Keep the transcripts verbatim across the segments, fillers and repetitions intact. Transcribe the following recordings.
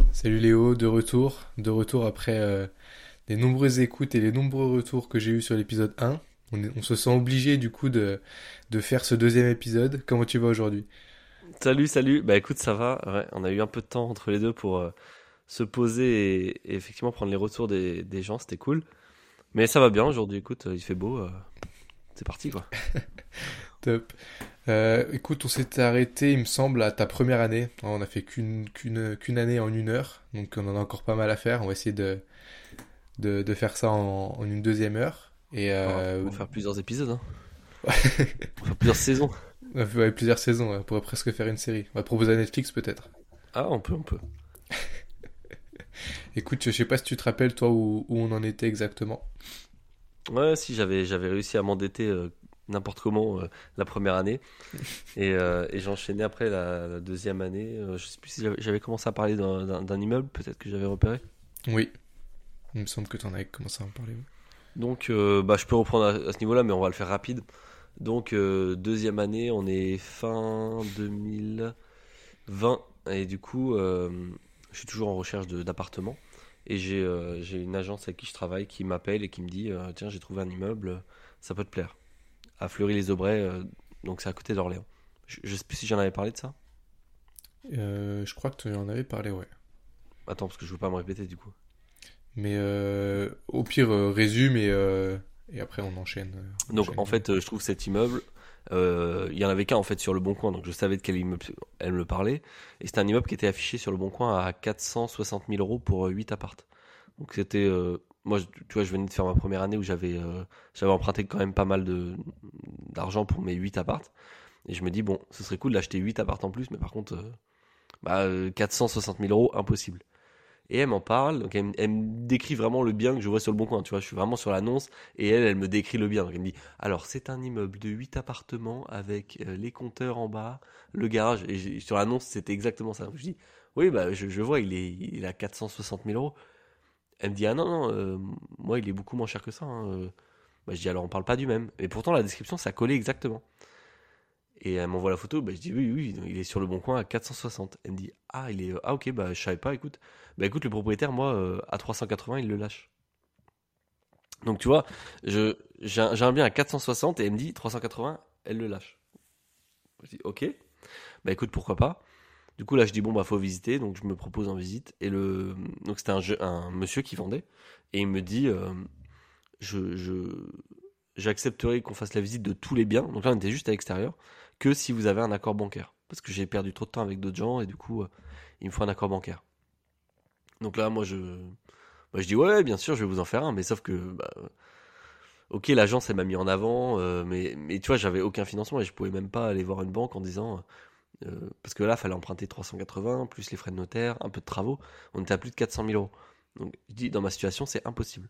Salut Léo, de retour, de retour après euh, les nombreuses écoutes et les nombreux retours que j'ai eus sur l'épisode un. On, est- on se sent obligé du coup de, de faire ce deuxième épisode. Comment tu vas aujourd'hui? Salut, salut. Bah écoute, ça va. Ouais, on a eu un peu de temps entre les deux pour euh, se poser et, et effectivement prendre les retours des, des gens. C'était cool. Mais ça va bien aujourd'hui. Écoute, euh, il fait beau. euh, c'est parti quoi. Top. Euh, écoute, on s'était arrêté, il me semble, à ta première année. On a fait qu'une qu'une qu'une année en une heure, donc on en a encore pas mal à faire. On va essayer de, de, de faire ça en, en une deuxième heure. Et On va, euh, on va faire plusieurs épisodes. Hein. On va faire plusieurs saisons. on a fait ouais, plusieurs saisons, ouais. On pourrait presque faire une série. On va proposer à Netflix peut-être. Ah, on peut, on peut. Écoute, je sais pas si tu te rappelles toi où, où on en était exactement. Ouais, si j'avais j'avais réussi à m'endetter euh, n'importe comment euh, la première année et, euh, et j'ai enchaîné après la, la deuxième année. Euh, je sais plus si j'avais j'avais commencé à parler d'un d'un- d'un immeuble, peut-être que j'avais repéré. Oui, il me semble que tu en avais commencé à en parler. Oui. Donc, euh, bah, je peux reprendre à, à ce niveau-là, mais on va le faire rapide. Donc, euh, deuxième année, on est fin deux mille vingt. Et du coup, euh, je suis toujours en recherche de- d'appartement. Et j'ai euh, j'ai une agence avec qui je travaille qui m'appelle et qui me dit euh, tiens, j'ai trouvé un immeuble, ça peut te plaire. À Fleury-les-Aubrais, euh, donc c'est à côté d'Orléans. Je, je sais plus si j'en avais parlé de ça. Euh, je crois que tu en avais parlé, ouais. Attends, parce que je veux pas me répéter du coup. Mais euh, au pire, euh, résume et, euh, et après on enchaîne. euh, on Donc enchaîne en direct. fait, euh, je trouve cet immeuble, euh, il y en avait qu'un en fait sur le Bon Coin, donc je savais de quel immeuble elle me parlait. Et c'était un immeuble qui était affiché sur le Bon Coin à quatre cent soixante mille euros pour euh, huit appartes. Donc c'était, euh, moi, je- tu vois, je venais de faire ma première année où j'avais, euh, j'avais emprunté quand même pas mal de d'argent pour mes huit appartes. Et je me dis bon, ce serait cool d'acheter huit appartes en plus, mais par contre, euh, bah, euh, quatre cent soixante mille euros, impossible. Et elle m'en parle, donc elle, me- elle me décrit vraiment le bien que je vois sur le Bon Coin, tu vois, je suis vraiment sur l'annonce, et elle, elle me décrit le bien. Donc elle me dit, alors c'est un immeuble de huit appartements avec euh, les compteurs en bas, le garage, et j'ai- sur l'annonce c'était exactement ça. Donc je dis, oui, bah je, je vois, il est, il a quatre cent soixante mille euros. Elle me dit, ah non, non, euh, moi il est beaucoup moins cher que ça. Hein. euh. Bah, je dis, alors on parle pas du même. Et pourtant la description, ça collait exactement. Et elle m'envoie la photo, bah, je dis oui, oui, il est sur le bon coin à quatre cent soixante. Elle me dit ah, il est ah ok, bah je savais pas, écoute. Bah écoute, le propriétaire, moi, euh, à trois cent quatre-vingts, il le lâche. Donc tu vois, je j'ai un, j'ai un bien à quatre cent soixante et elle me dit trois cent quatre-vingts, elle le lâche. Je dis ok, bah écoute, pourquoi pas. Du coup là, je dis bon bah faut visiter, donc je me propose en visite et le donc c'était un, je- un monsieur qui vendait et il me dit euh, je, je j'accepterai qu'on fasse la visite de tous les biens. Donc là, on était juste à l'extérieur, que si vous avez un accord bancaire. Parce que j'ai perdu trop de temps avec d'autres gens et du coup, euh, il me faut un accord bancaire. Donc là, moi, je, moi, je dis ouais, bien sûr, je vais vous en faire un, mais sauf que, bah, ok, l'agence, elle m'a mis en avant, euh, mais, mais tu vois, j'avais aucun financement et je pouvais même pas aller voir une banque en disant, euh, parce que là, il fallait emprunter trois cent quatre-vingts, plus les frais de notaire, un peu de travaux. On était à plus de quatre cent mille euros. Donc, je dis, dans ma situation, c'est impossible.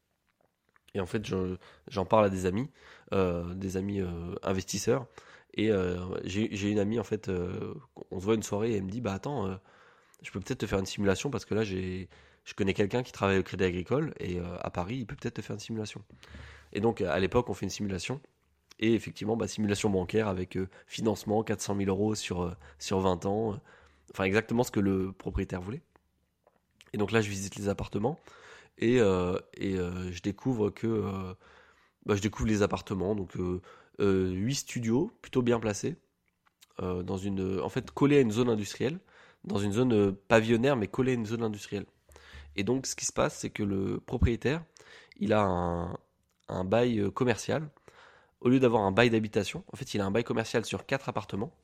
Et en fait, je- j'en parle à des amis, euh, des amis euh, investisseurs. Et euh, j'ai j'ai une amie, en fait, euh, on se voit une soirée et elle me dit, bah attends, euh, je peux peut-être te faire une simulation parce que là, j'ai, je connais quelqu'un qui travaille au Crédit Agricole et euh, à Paris, il peut peut-être te faire une simulation. Et donc, à l'époque, on fait une simulation. Et effectivement, bah, simulation bancaire avec euh, financement quatre cent mille euros sur, euh, sur vingt ans. euh, Enfin, exactement ce que le propriétaire voulait. Et donc là, je visite les appartements et, euh, et euh, je découvre que euh, bah, je découvre les appartements, donc euh, euh, huit studios, plutôt bien placés, euh, dans une, en fait collés à une zone industrielle, dans une zone euh, pavillonnaire, mais collés à une zone industrielle. Et donc ce qui se passe, c'est que le propriétaire, il a un, un bail euh, commercial. Au lieu d'avoir un bail d'habitation, en fait, il a un bail commercial sur quatre appartements,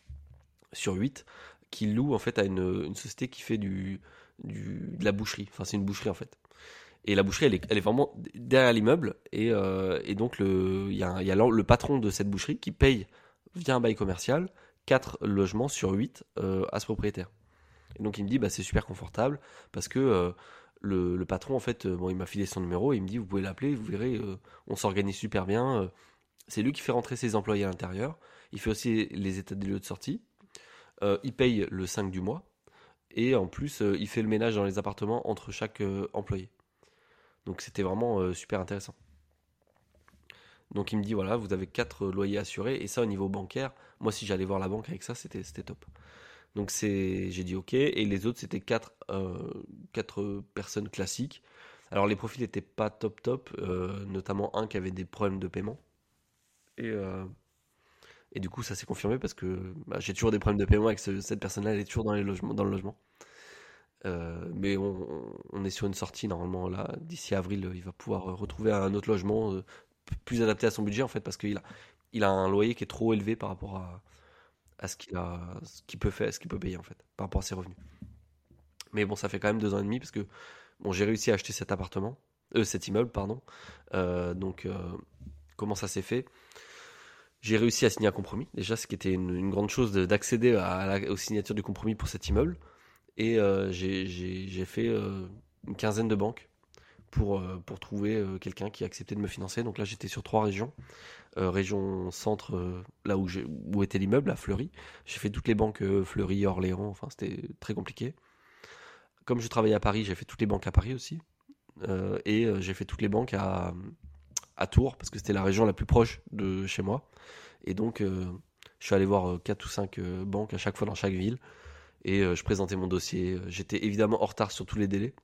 sur huit, qu'il loue en fait à une, une société qui fait du, du, de la boucherie. Enfin, c'est une boucherie en fait. Et la boucherie, elle est, elle est vraiment derrière l'immeuble. Et, euh, et donc, le- il y a, un- il y a le patron de cette boucherie qui paye, via un bail commercial, quatre logements sur huit euh, à ce propriétaire. Et donc, il me dit, bah, c'est super confortable parce que euh, le, le patron, en fait, euh, bon, il m'a filé son numéro et il me dit, vous pouvez l'appeler, vous verrez, euh, on s'organise super bien. euh. C'est lui qui fait rentrer ses employés à l'intérieur. Il fait aussi les états des lieux de sortie. Euh, il paye le cinq du mois. Et en plus, euh, il fait le ménage dans les appartements entre chaque euh, employé. Donc, c'était vraiment euh, super intéressant. Donc il me dit voilà, vous avez quatre loyers assurés et ça au niveau bancaire, moi si j'allais voir la banque avec ça, c'était c'était top. Donc c'est, j'ai dit ok, et les autres c'était quatre, euh, quatre personnes classiques. Alors les profils n'étaient pas top top, euh, notamment un qui avait des problèmes de paiement. Et, euh, et du coup ça s'est confirmé parce que bah, j'ai toujours des problèmes de paiement avec ce- cette personne-là, elle est toujours dans, les logements, dans le logement. Euh, mais on, on est sur une sortie normalement là, d'ici avril, il va pouvoir euh, retrouver un autre logement euh, p- plus adapté à son budget en fait, parce qu'il a, il a un loyer qui est trop élevé par rapport à, à ce qu'il a, ce qu'il peut faire, ce qu'il peut payer en fait, par rapport à ses revenus. Mais bon, ça fait quand même deux ans et demi parce que bon, j'ai réussi à acheter cet appartement, euh, cet immeuble, pardon. Euh, donc, euh, comment ça s'est fait? J'ai réussi à signer un compromis. Déjà, ce qui était une, une grande chose de- d'accéder à la- aux signatures du compromis pour cet immeuble. Et euh, j'ai j'ai- j'ai fait euh, une quinzaine de banques pour, euh, pour trouver euh, quelqu'un qui acceptait de me financer. Donc là, j'étais sur trois régions. Euh, région centre, euh, là où, j'ai- où était l'immeuble, à Fleury. J'ai fait toutes les banques euh, Fleury, Orléans, enfin, c'était très compliqué. Comme je travaillais à Paris, j'ai fait toutes les banques à Paris aussi. Euh, et euh, j'ai fait toutes les banques à, à Tours, parce que c'était la région la plus proche de chez moi. Et donc, euh, je suis allé voir euh, quatre ou cinq euh, banques à chaque fois dans chaque ville. Et euh, je présentais mon dossier. J'étais évidemment en retard sur tous les délais.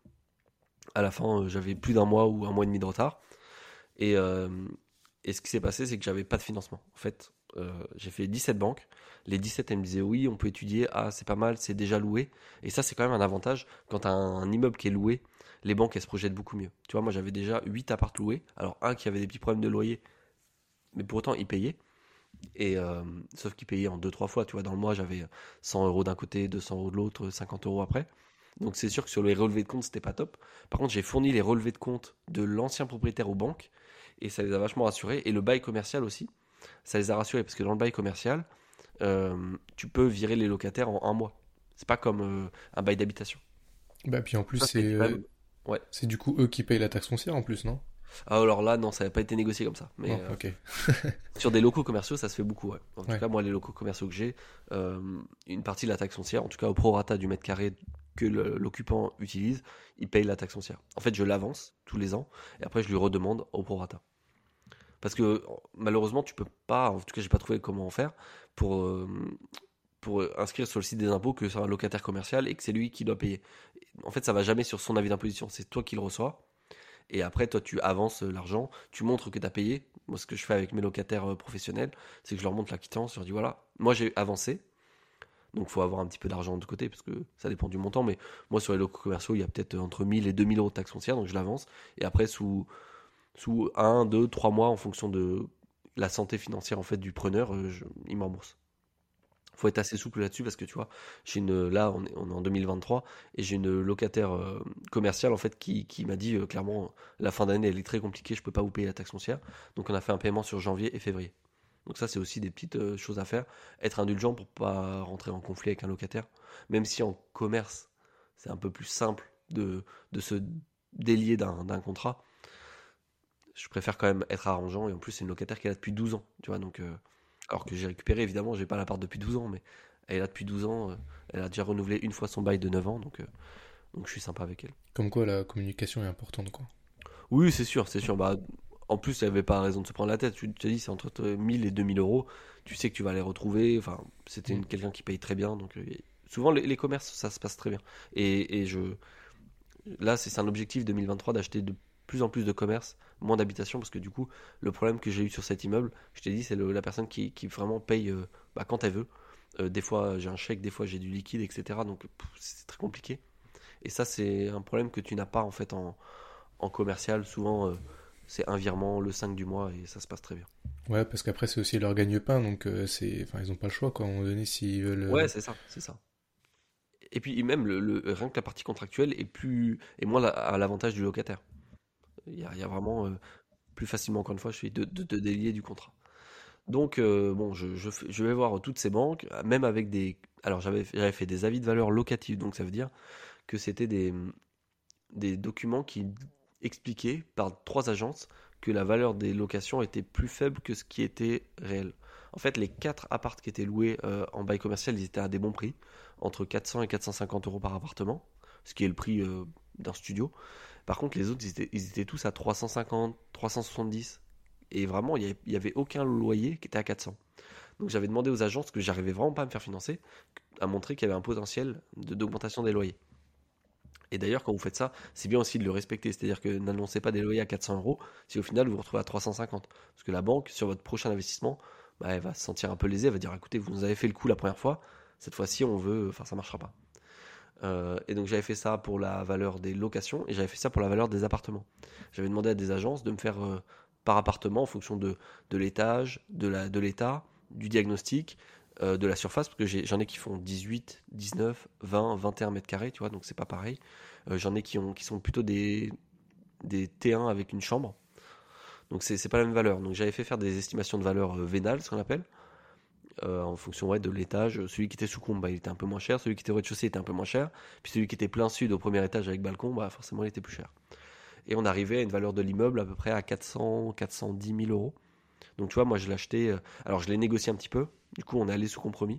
À la fin, euh, j'avais plus d'un mois ou un mois et demi de retard. Et, euh, et ce qui s'est passé, c'est que j'avais pas de financement. En fait, euh, j'ai fait dix-sept banques. Les dix-sept, elles me disaient oui, on peut étudier. Ah, c'est pas mal, c'est déjà loué. Et ça, c'est quand même un avantage. Quand tu as un, un immeuble qui est loué, les banques, elles se projettent beaucoup mieux. Tu vois, moi, j'avais déjà huit apparts loués. Alors, un qui avait des petits problèmes de loyer, mais pour autant, il payait. Et, euh, sauf qu'il payait en deux trois fois. Tu vois, dans le mois, j'avais cent euros d'un côté, deux cents euros de l'autre, cinquante euros après. Donc, c'est sûr que sur les relevés de compte, c'était pas top. Par contre, j'ai fourni les relevés de compte de l'ancien propriétaire aux banques et ça les a vachement rassurés. Et le bail commercial aussi, ça les a rassurés parce que dans le bail commercial, euh, tu peux virer les locataires en un mois. C'est pas comme euh, un bail d'habitation. Bah, puis en plus, Ça, c'est c'était quand euh, même. Ouais. c'est du coup eux qui payent la taxe foncière en plus, non? Ah, alors là, non, ça n'avait pas été négocié comme ça. Mais Non, euh, ok. sur des locaux commerciaux, ça se fait beaucoup. Ouais. En tout Ouais. cas, moi, les locaux commerciaux que j'ai, euh, une partie de la taxe foncière, en tout cas au prorata du mètre carré que le- l'occupant utilise, il paye la taxe foncière. En fait, je l'avance tous les ans et après, je lui redemande au prorata. Parce que malheureusement, tu peux pas, en tout cas, j'ai pas trouvé comment en faire pour, euh, pour inscrire sur le site des impôts que c'est un locataire commercial et que c'est lui qui doit payer. En fait, ça va jamais sur son avis d'imposition, c'est toi qui le reçois. Et après, toi, tu avances euh, l'argent, tu montres que tu as payé. Moi, ce que je fais avec mes locataires euh, professionnels, c'est que je leur montre la quittance, je leur dis voilà, moi j'ai avancé, donc il faut avoir un petit peu d'argent de côté parce que ça dépend du montant. Mais moi, sur les locaux commerciaux, il y a peut-être entre mille et deux mille euros de taxe foncière, donc je l'avance. Et après, sous, sous un, deux, trois mois, en fonction de la santé financière en fait du preneur, euh, je- il me rembourse. Faut être assez souple là-dessus parce que tu vois, j'ai une là on est, on est en deux mille vingt-trois et j'ai une locataire euh, commerciale en fait qui, qui m'a dit euh, clairement la fin d'année elle est très compliquée, je peux pas vous payer la taxe foncière. Donc on a fait un paiement sur janvier et février. Donc ça c'est aussi des petites euh, choses à faire, être indulgent pour pas rentrer en conflit avec un locataire, même si en commerce c'est un peu plus simple de, de se délier d'un d'un contrat. Je préfère quand même être arrangeant et en plus c'est une locataire qui est là depuis douze ans, tu vois, donc euh, alors que j'ai récupéré évidemment, j'ai pas l'appart depuis douze ans, mais elle est là depuis douze ans, euh, elle a déjà renouvelé une fois son bail de neuf ans, donc, euh, donc je suis sympa avec elle. Comme quoi la communication est importante, quoi. Oui, c'est sûr, c'est sûr. Bah, en plus, elle avait pas raison de se prendre la tête. Tu te dis, c'est entre euh, mille et deux mille euros. Tu sais que tu vas les retrouver. Enfin, c'était Mm. une- quelqu'un qui paye très bien. Donc, euh, souvent, les, les commerces, ça se passe très bien. Et, et je, là, c'est c'est un objectif deux mille vingt-trois d'acheter de plus en plus de commerces, moins d'habitations, parce que du coup, le problème que j'ai eu sur cet immeuble, je t'ai dit, c'est le- la personne qui, qui vraiment paye euh, bah, quand elle veut. Euh, des fois, j'ai un chèque, des fois, j'ai du liquide, et cetera. Donc, pff, c'est très compliqué. Et ça, c'est un problème que tu n'as pas en fait en, en commercial. Souvent, euh, c'est un virement le cinq du mois et ça se passe très bien. Ouais, parce qu'après c'est aussi leur gagne-pain, donc euh, c'est, enfin ils ont pas le choix, quoi. À un moment donné, s'ils veulent. Ouais, euh, c'est ça, c'est ça. Et puis même le, le- rien que la partie contractuelle est plus est moins la- à l'avantage du locataire. Il y a, il y a vraiment euh, plus facilement, encore une fois, je suis de, de, de délier du contrat. Donc euh, bon, je, je, fais- je vais voir toutes ces banques, même avec des. Alors j'avais j'avais fait des avis de valeur locative, donc ça veut dire que c'était des, des documents qui expliquaient par trois agences que la valeur des locations était plus faible que ce qui était réel. En fait, les quatre appartes qui étaient loués euh, en bail commercial, ils étaient à des bons prix, entre quatre cents et quatre cent cinquante euros par appartement, ce qui est le prix euh, d'un studio. Par contre, les autres, ils étaient, ils étaient tous à trois cent cinquante, trois cent soixante-dix. Et vraiment, il n'y avait, il y avait aucun loyer qui était à quatre cents. Donc j'avais demandé aux agences, que j'arrivais vraiment pas à me faire financer, à montrer qu'il y avait un potentiel de- d'augmentation des loyers. Et d'ailleurs, quand vous faites ça, c'est bien aussi de le respecter. C'est-à-dire que n'annoncez pas des loyers à quatre cents euros si au final vous vous retrouvez à trois cent cinquante. Parce que la banque, sur votre prochain investissement, bah, elle va se sentir un peu lésée. Elle va dire écoutez, vous nous avez fait le coup la première fois, cette fois-ci, on veut. Enfin, ça marchera pas. Euh, et donc j'avais fait ça pour la valeur des locations et j'avais fait ça pour la valeur des appartements. J'avais demandé à des agences de me faire euh, par appartement en fonction de, de l'étage, de la, de l'état, du diagnostic, euh, de la surface, parce que j'ai- j'en ai qui font dix-huit, dix-neuf, vingt, vingt et un mètres carrés, tu vois, donc c'est pas pareil. Euh, j'en ai qui, ont, qui sont plutôt des, des T un avec une chambre, donc c'est c'est pas la même valeur. Donc j'avais fait faire des estimations de valeur euh, vénale, ce qu'on appelle, euh, en fonction ouais, de l'étage. Celui qui était sous combe, bah, il était un peu moins cher. Celui qui était au rez-de-chaussée était un peu moins cher. Puis celui qui était plein sud au premier étage avec balcon, bah, forcément il était plus cher. Et on arrivait à une valeur de l'immeuble à peu près à quatre cents, quatre cent dix mille euros. Donc tu vois, moi je l'ai acheté. euh, alors je l'ai négocié un petit peu. Du coup, on est allé sous compromis.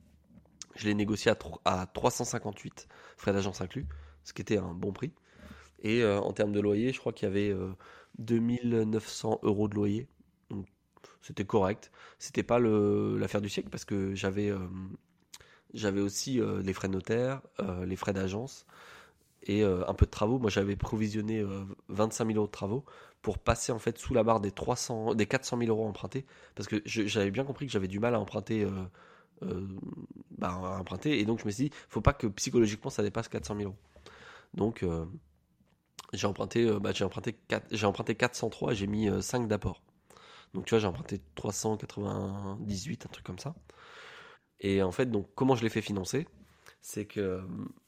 Je l'ai négocié à, tro- à trois cent cinquante-huit, frais d'agence inclus, ce qui était un bon prix. Et euh, en termes de loyer, je crois qu'il y avait euh, deux mille neuf cents euros de loyer. Donc c'était correct. C'était pas le- l'affaire du siècle parce que j'avais euh, j'avais aussi euh, les frais de notaire, euh, les frais d'agence et euh, un peu de travaux. Moi, j'avais provisionné euh, vingt-cinq mille euros de travaux pour passer en fait sous la barre des trois cents, des quatre cent mille euros empruntés. Parce que je- j'avais bien compris que j'avais du mal à emprunter, euh, euh, bah, à emprunter. Et donc, je me suis dit, faut pas que psychologiquement ça dépasse quatre cent mille euros. Donc, euh, j'ai emprunté, euh, bah, j'ai emprunté, quatre- j'ai emprunté quatre cent trois et j'ai mis euh, cinq d'apport. Donc, tu vois, j'ai emprunté trois cent quatre-vingt-dix-huit, un truc comme ça. Et en fait, donc, comment je l'ai fait financer? C'est que euh,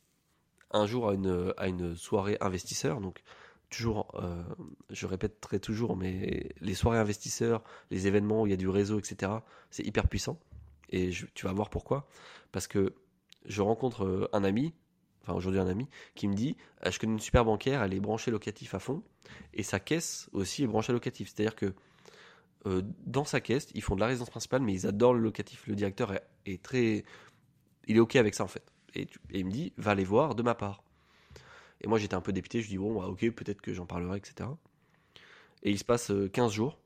un jour à une, à une soirée investisseur, donc toujours, euh, je répéterai toujours, mais les soirées investisseurs, les événements où il y a du réseau, et cetera, c'est hyper puissant. Et je- tu vas voir pourquoi. Parce que je rencontre euh, un ami, enfin aujourd'hui un ami, qui me dit, ah, je connais une super banquière, elle est branchée locatif à fond, et sa caisse aussi est branchée locatif. C'est-à-dire que euh, dans sa caisse, ils font de la résidence principale, mais ils adorent le locatif. Le directeur est, est très... Il est OK avec ça en fait. Et, tu- et il me dit, va les voir de ma part. Et moi, j'étais un peu dépité. Je dis, bon, bah, ok, peut-être que j'en parlerai, et cetera. Et il se passe euh, quinze jours.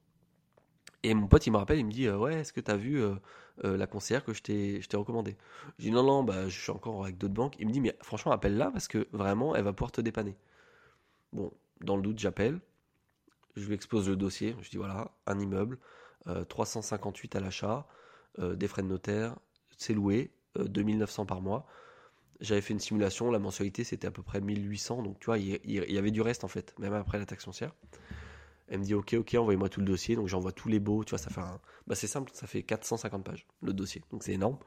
Et mon pote, il me rappelle, il me dit, euh, ouais, est-ce que tu as vu euh, euh, la conseillère que je t'ai, je t'ai recommandée? Je dis, non, non, bah, je suis encore avec d'autres banques. Il me dit, mais franchement, appelle-la parce que vraiment, elle va pouvoir te dépanner. Bon, dans le doute, j'appelle. Je lui expose le dossier. Je dis, voilà, un immeuble, euh, trois cent cinquante-huit à l'achat, euh, des frais de notaire, c'est loué, euh, deux mille neuf cents par mois. J'avais fait une simulation, la mensualité c'était à peu près mille huit cents, donc tu vois, il y, il y avait du reste en fait, même après la taxe foncière. Elle me dit ok, ok, envoyez-moi tout le dossier, donc j'envoie tous les baux, tu vois, ça fait un. Bah c'est simple, ça fait quatre cent cinquante pages le dossier, donc c'est énorme.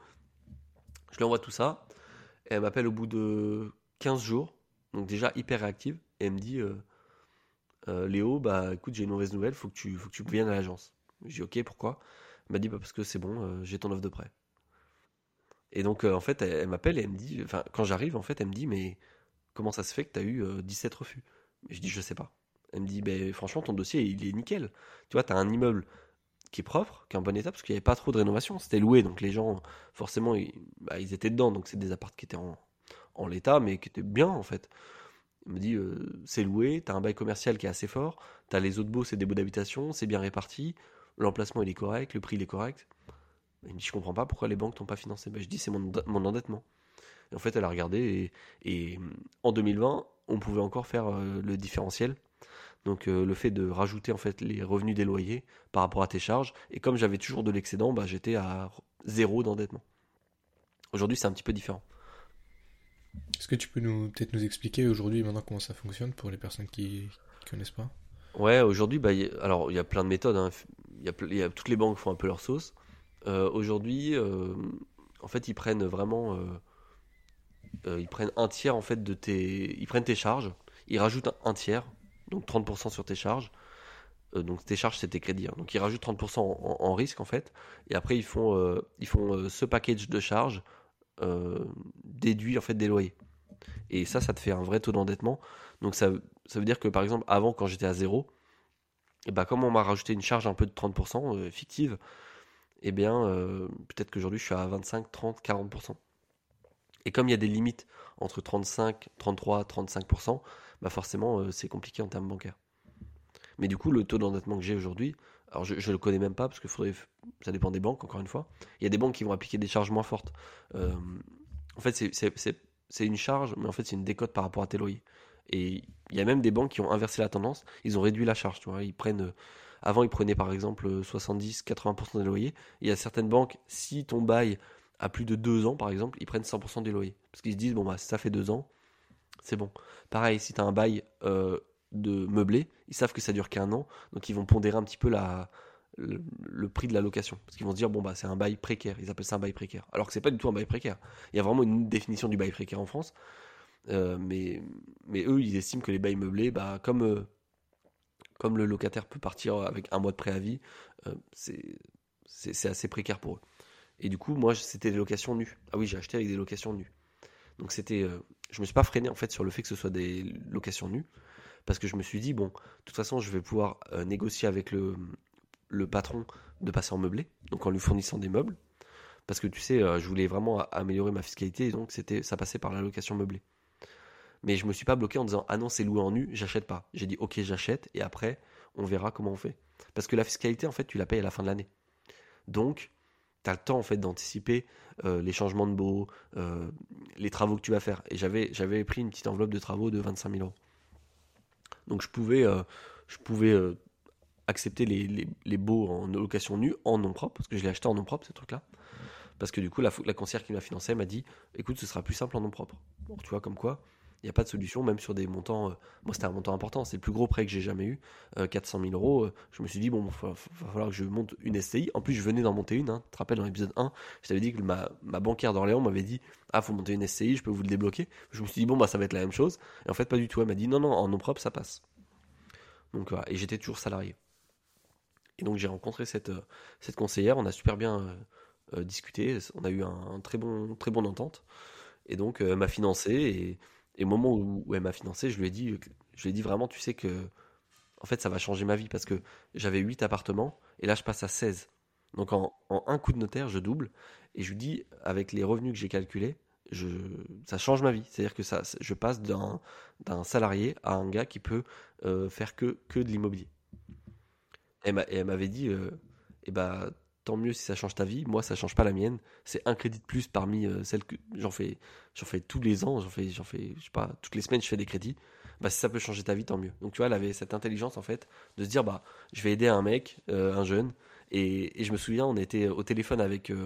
Je lui envoie tout ça, et elle m'appelle au bout de quinze jours, donc déjà hyper réactive, et elle me dit euh, euh, Léo, bah écoute, j'ai une mauvaise nouvelle, faut que tu, faut que tu viennes à l'agence. Je dis ok, pourquoi? Elle m'a dit bah parce que c'est bon, euh, j'ai ton offre de prêt. Et donc euh, en fait, elle, elle m'appelle et elle me dit, enfin quand j'arrive, en fait, elle me dit mais comment ça se fait que tu as eu euh, dix-sept refus? Et je dis, je sais pas. Elle me dit, ben, franchement, ton dossier, il est nickel. Tu vois, tu as un immeuble qui est propre, qui est en bon état, parce qu'il n'y avait pas trop de rénovation. C'était loué, donc les gens, forcément, ils, bah, ils étaient dedans. Donc c'est des apparts qui étaient en, en l'état, mais qui étaient bien, en fait. Elle me dit, euh, c'est loué, tu as un bail commercial qui est assez fort, tu as les autres baux, c'est des baux d'habitation, c'est bien réparti, l'emplacement, il est correct, le prix, il est correct. Elle me dit, je comprends pas pourquoi les banques t'ont pas financé. Ben, je dis, c'est mon, mon endettement. Et en fait, elle a regardé et, et en deux mille vingt, on pouvait encore faire euh, le différentiel. Donc euh, le fait de rajouter en fait les revenus des loyers par rapport à tes charges. Et comme j'avais toujours de l'excédent, bah, j'étais à zéro d'endettement. Aujourd'hui, c'est un petit peu différent. Est-ce que tu peux nous peut-être nous expliquer aujourd'hui maintenant comment ça fonctionne pour les personnes qui, qui connaissent pas? Ouais, aujourd'hui, bah, y a- alors il y a plein de méthodes, hein. Il y a, ple- il y a- toutes les banques font un peu leur sauce. Euh, aujourd'hui, euh, en fait, ils prennent vraiment, euh, euh, ils prennent un tiers en fait de tes, ils prennent tes charges, ils rajoutent un, un tiers, donc trente pour cent sur tes charges. Euh, donc tes charges, c'est tes crédits, hein. Donc ils rajoutent trente pour cent en, en- en risque en fait. Et après ils font, euh, ils font euh, ce package de charges euh, déduit en fait des loyers. Et ça, ça te fait un vrai taux d'endettement. Donc ça, ça veut dire que par exemple avant quand j'étais à zéro, et bah comme on m'a rajouté une charge un peu de trente pour cent euh, fictive, et bien euh, peut-être qu'aujourd'hui je suis à vingt-cinq, trente, quarante pour cent. Et comme il y a des limites entre trente-cinq, trente-trois, trente-cinq pour cent, bah forcément euh, c'est compliqué en termes bancaires. Mais du coup, le taux d'endettement que j'ai aujourd'hui, alors je, je le connais même pas parce que faudrait, ça dépend des banques, encore une fois. Il y a des banques qui vont appliquer des charges moins fortes. Euh, en fait, c'est, c'est, c'est, c'est une charge, mais en fait, c'est une décote par rapport à tes loyers. Et il y a même des banques qui ont inversé la tendance, ils ont réduit la charge, tu vois. Ils prennent, euh, avant, ils prenaient par exemple soixante-dix à quatre-vingts pour cent des loyers. Il y a certaines banques, si ton bail a plus de deux ans, par exemple, ils prennent cent pour cent des loyers. Parce qu'ils se disent, bon, bah, si ça fait deux ans, c'est bon. Pareil, si tu as un bail euh, de meublé, ils savent que ça dure qu'un an, donc ils vont pondérer un petit peu la, le, le prix de la location. Parce qu'ils vont se dire, bon, bah, c'est un bail précaire. Ils appellent ça un bail précaire. Alors que c'est pas du tout un bail précaire. Il y a vraiment une définition du bail précaire en France. Euh, mais, mais eux, ils estiment que les bails meublés, bah, comme, euh, comme le locataire peut partir avec un mois de préavis, euh, c'est, c'est, c'est assez précaire pour eux. Et du coup, moi, c'était des locations nues. Ah oui, j'ai acheté avec des locations nues. Donc c'était, euh, je me suis pas freiné en fait sur le fait que ce soit des locations nues, parce que je me suis dit bon, de toute façon, je vais pouvoir euh, négocier avec le, le patron de passer en meublé, donc en lui fournissant des meubles, parce que tu sais, euh, je voulais vraiment a- améliorer ma fiscalité, et donc c'était, ça passait par la location meublée. Mais je me suis pas bloqué en disant ah non c'est loué en nu, j'achète pas. J'ai dit ok j'achète et après on verra comment on fait. Parce que la fiscalité en fait tu la payes à la fin de l'année. Donc tu as le temps en fait d'anticiper euh, les changements de baux, euh, les travaux que tu vas faire. Et j'avais, j'avais pris une petite enveloppe de travaux de vingt-cinq mille euros. Donc je pouvais, euh, je pouvais euh, accepter les, les, les baux en location nue en nom propre, parce que je l'ai acheté en nom propre ce truc-là. Parce que du coup la, la conseillère qui m'a financé m'a dit écoute ce sera plus simple en nom propre. Bon, tu vois comme quoi il n'y a pas de solution, même sur des montants. Euh, moi, c'était un montant important, c'est le plus gros prêt que j'ai jamais eu, euh, quatre cent mille euros. Euh, je me suis dit, bon, il va, va, falloir que je monte une S T I. En plus, je venais d'en monter une. Hein. Tu te rappelles, dans l'épisode un, je t'avais dit que ma, ma banquière d'Orléans m'avait dit, ah, faut monter une S T I, je peux vous le débloquer. Je me suis dit, bon, bah, ça va être la même chose. Et en fait, pas du tout. Elle m'a dit, non, non, en nom propre, ça passe. Donc, voilà. Et j'étais toujours salarié. Et donc, j'ai rencontré cette, euh, cette conseillère. On a super bien euh, euh, discuté. On a eu un, un très bon, très bonne entente. Et donc, euh, elle m'a financé. Et, et au moment où, où elle m'a financé, je lui ai dit, je lui ai dit vraiment, tu sais que, en fait, ça va changer ma vie parce que j'avais huit appartements et là, je passe à seize. Donc, en, en un coup de notaire, je double. Et je lui dis, avec les revenus que j'ai calculés, je, ça change ma vie. C'est-à-dire que ça, je passe d'un, d'un salarié à un gars qui peut euh, faire que, que de l'immobilier. Et elle m'a- et elle m'avait dit, euh, eh ben, tant mieux si ça change ta vie. Moi, ça change pas la mienne. C'est un crédit de plus parmi euh, celles que j'en fais, j'en fais tous les ans. J'en fais, j'en fais, je sais pas, toutes les semaines, je fais des crédits. Bah, si ça peut changer ta vie, tant mieux. Donc, tu vois, elle avait cette intelligence en fait de se dire, bah, je vais aider un mec, euh, un jeune. Et, et je me souviens, on était au téléphone avec euh,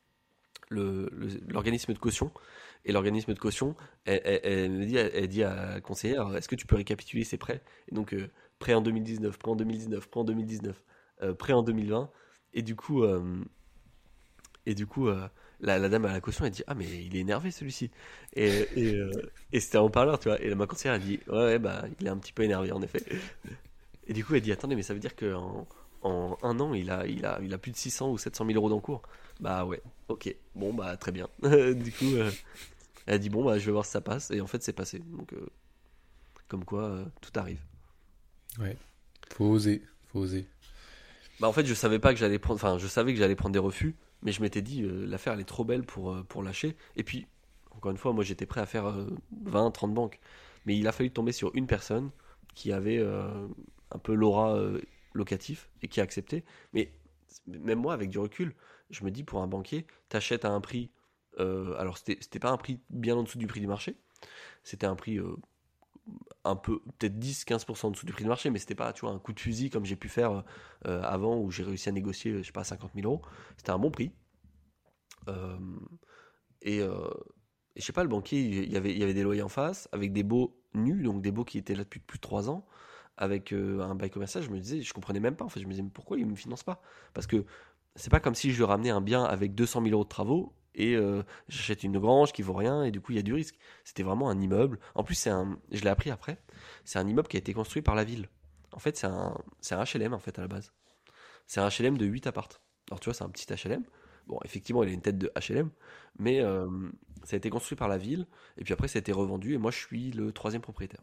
le, le- l'organisme de caution. Et l'organisme de caution, elle, elle- elle me dit, elle, elle dit à la conseillère, est-ce que tu peux récapituler ces prêts? Et donc, euh, prêt en deux mille dix-neuf, prêt en deux mille dix-neuf, prêt en deux mille dix-neuf, euh, prêt en deux mille vingt. Et du coup, euh, et du coup euh, la, la dame à la caution, elle dit, ah, mais il est énervé celui-ci. Et, et, euh, et c'était en parleur, tu vois. Et ma conseillère, elle dit, ouais, ouais, bah, il est un petit peu énervé, en effet. Et du coup, elle dit, attendez, mais ça veut dire qu'en en un an, il a, il, a, il a plus de six cents ou sept cent mille euros d'encours. Bah ouais, ok, bon, bah très bien. Du coup, euh, elle a dit, bon, bah je vais voir si ça passe. Et en fait, c'est passé. Donc, euh, comme quoi, euh, tout arrive. Ouais. Faut oser, faut oser. Bah en fait, je savais pas que j'allais prendre. Enfin, je savais que j'allais prendre des refus. Mais je m'étais dit, euh, l'affaire, elle est trop belle pour, euh, pour lâcher. Et puis, encore une fois, moi, j'étais prêt à faire euh, vingt, trente banques. Mais il a fallu tomber sur une personne qui avait euh, un peu l'aura euh, locatif et qui a accepté. Mais même moi, avec du recul, je me dis, pour un banquier, t'achètes à un prix. Euh, alors, c'était c'était pas un prix bien en dessous du prix du marché. C'était un prix euh, un peu, peut-être dix quinze pour cent en dessous du prix du marché, mais c'était pas, tu vois, un coup de fusil comme j'ai pu faire euh, avant où j'ai réussi à négocier, je sais pas, cinquante mille euros. C'était un bon prix. Euh, et, euh, et je sais pas, le banquier, il y avait, il y avait des loyers en face, avec des baux nus, donc des baux qui étaient là depuis plus de trois ans, avec euh, un bail commercial. Je me disais, je comprenais même pas. En fait, je me disais, mais pourquoi il me finance pas? Parce que c'est pas comme si je lui ramenais un bien avec deux cent mille euros de travaux et euh, j'achète une grange qui vaut rien et du coup il y a du risque. C'était vraiment un immeuble. En plus, c'est un, je l'ai appris après, c'est un immeuble qui a été construit par la ville. En fait, c'est un, c'est un H L M en fait à la base. C'est un H L M de huit appartes. Alors tu vois, c'est un petit H L M. Bon, effectivement, il a une tête de H L M, mais euh, ça a été construit par la ville, et puis après, ça a été revendu, et moi, je suis le troisième propriétaire.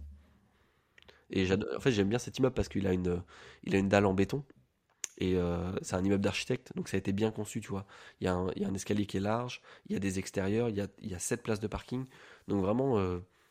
Et j'ado- en fait, j'aime bien cet immeuble parce qu'il a une, il a une dalle en béton, et euh, c'est un immeuble d'architecte, donc ça a été bien conçu, tu vois. Il y a un, il y a un escalier qui est large, il y a des extérieurs, il y a, il y a sept places de parking, donc vraiment, euh,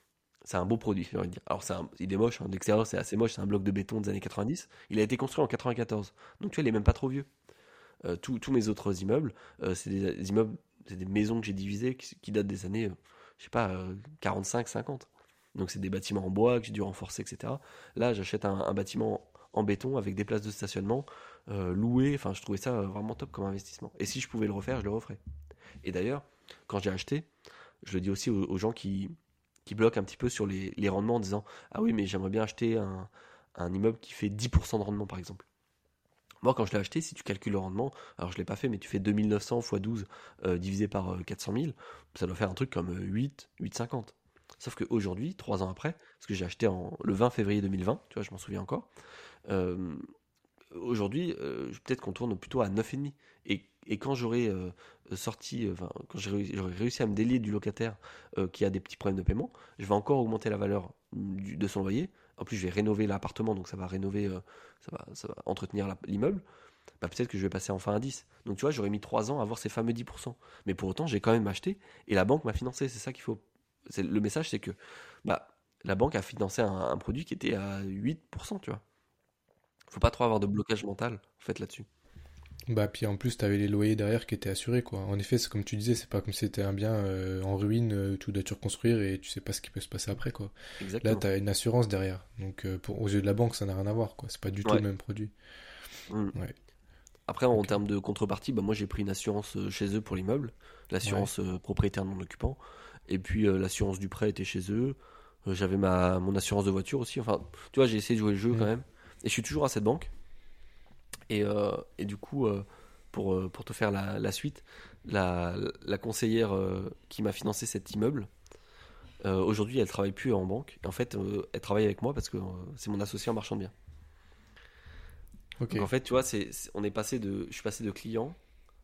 c'est un beau produit, j'ai envie de dire. Alors, c'est un- il est moche, hein, d'extérieur, c'est assez moche, c'est un bloc de béton des années quatre-vingt-dix. Il a été construit en quatre-vingt-quatorze. Donc, tu vois, il est même pas trop vieux. Euh, tous tous mes autres immeubles, euh, c'est des, des immeubles, c'est des maisons que j'ai divisées qui, qui datent des années, euh, je sais pas, euh, quarante-cinq, cinquante. Donc, c'est des bâtiments en bois que j'ai dû renforcer, et cetera. Là, j'achète un, un bâtiment en béton avec des places de stationnement euh, louées. Enfin, je trouvais ça euh, vraiment top comme investissement. Et si je pouvais le refaire, je le referais. Et d'ailleurs, quand j'ai acheté, je le dis aussi aux, aux gens qui, qui bloquent un petit peu sur les, les rendements en disant ah oui, mais j'aimerais bien acheter un, un immeuble qui fait dix pour cent de rendement, par exemple. Moi, quand je l'ai acheté, si tu calcules le rendement, alors je ne l'ai pas fait, mais tu fais deux mille neuf cents fois douze euh, divisé par euh, quatre cent mille, ça doit faire un truc comme euh, huit, huit virgule cinquante. Sauf qu'aujourd'hui, trois ans après, parce que j'ai acheté en, le vingt février deux mille vingt, tu vois, je m'en souviens encore, euh, aujourd'hui, euh, peut-être qu'on tourne plutôt à neuf virgule cinq. Et, et quand j'aurai euh, sorti, euh, enfin, quand j'aurai j'aurai réussi à me délier du locataire euh, qui a des petits problèmes de paiement, je vais encore augmenter la valeur du- de son loyer. En plus, je vais rénover l'appartement, donc ça va rénover, euh, ça va, ça va entretenir la- l'immeuble. Bah, peut-être que je vais passer enfin à dix. Donc tu vois, j'aurais mis trois ans à avoir ces fameux dix pour cent. Mais pour autant, j'ai quand même acheté et la banque m'a financé. C'est ça qu'il faut. C'est, le message, c'est que bah, la banque a financé un, un produit qui était à huit pour cent, tu vois. Faut pas trop avoir de blocage mental, en fait, là-dessus. Bah, puis en plus, t'avais les loyers derrière qui étaient assurés, quoi. En effet, c'est comme tu disais, c'est pas comme si c'était un bien euh, en ruine, euh, tu dois te reconstruire et tu sais pas ce qui peut se passer après, quoi. Là, Exactement. t'as une assurance derrière. Donc, euh, pour, aux yeux de la banque, ça n'a rien à voir, quoi. C'est pas du tout le Ouais. même produit. Mm. Ouais, Après, en ok. termes de contrepartie, bah, moi j'ai pris une assurance euh, chez eux pour l'immeuble, Ouais. l'assurance euh, propriétaire non occupant, et puis euh, l'assurance du prêt était chez eux. Euh, j'avais ma mon assurance de voiture aussi. Enfin, tu vois, j'ai essayé de jouer le jeu quand Hmm. même. Et je suis toujours à cette banque. Et, euh, et du coup, euh, pour, euh, pour te faire la, la suite, la, la conseillère euh, qui m'a financé cet immeuble, euh, aujourd'hui, elle travaille plus en banque. Et en fait, euh, elle travaille avec moi parce que euh, c'est mon associé en marchand de biens. Ok. Donc en fait, tu vois, c'est, c'est- on est passé de, je suis passé de client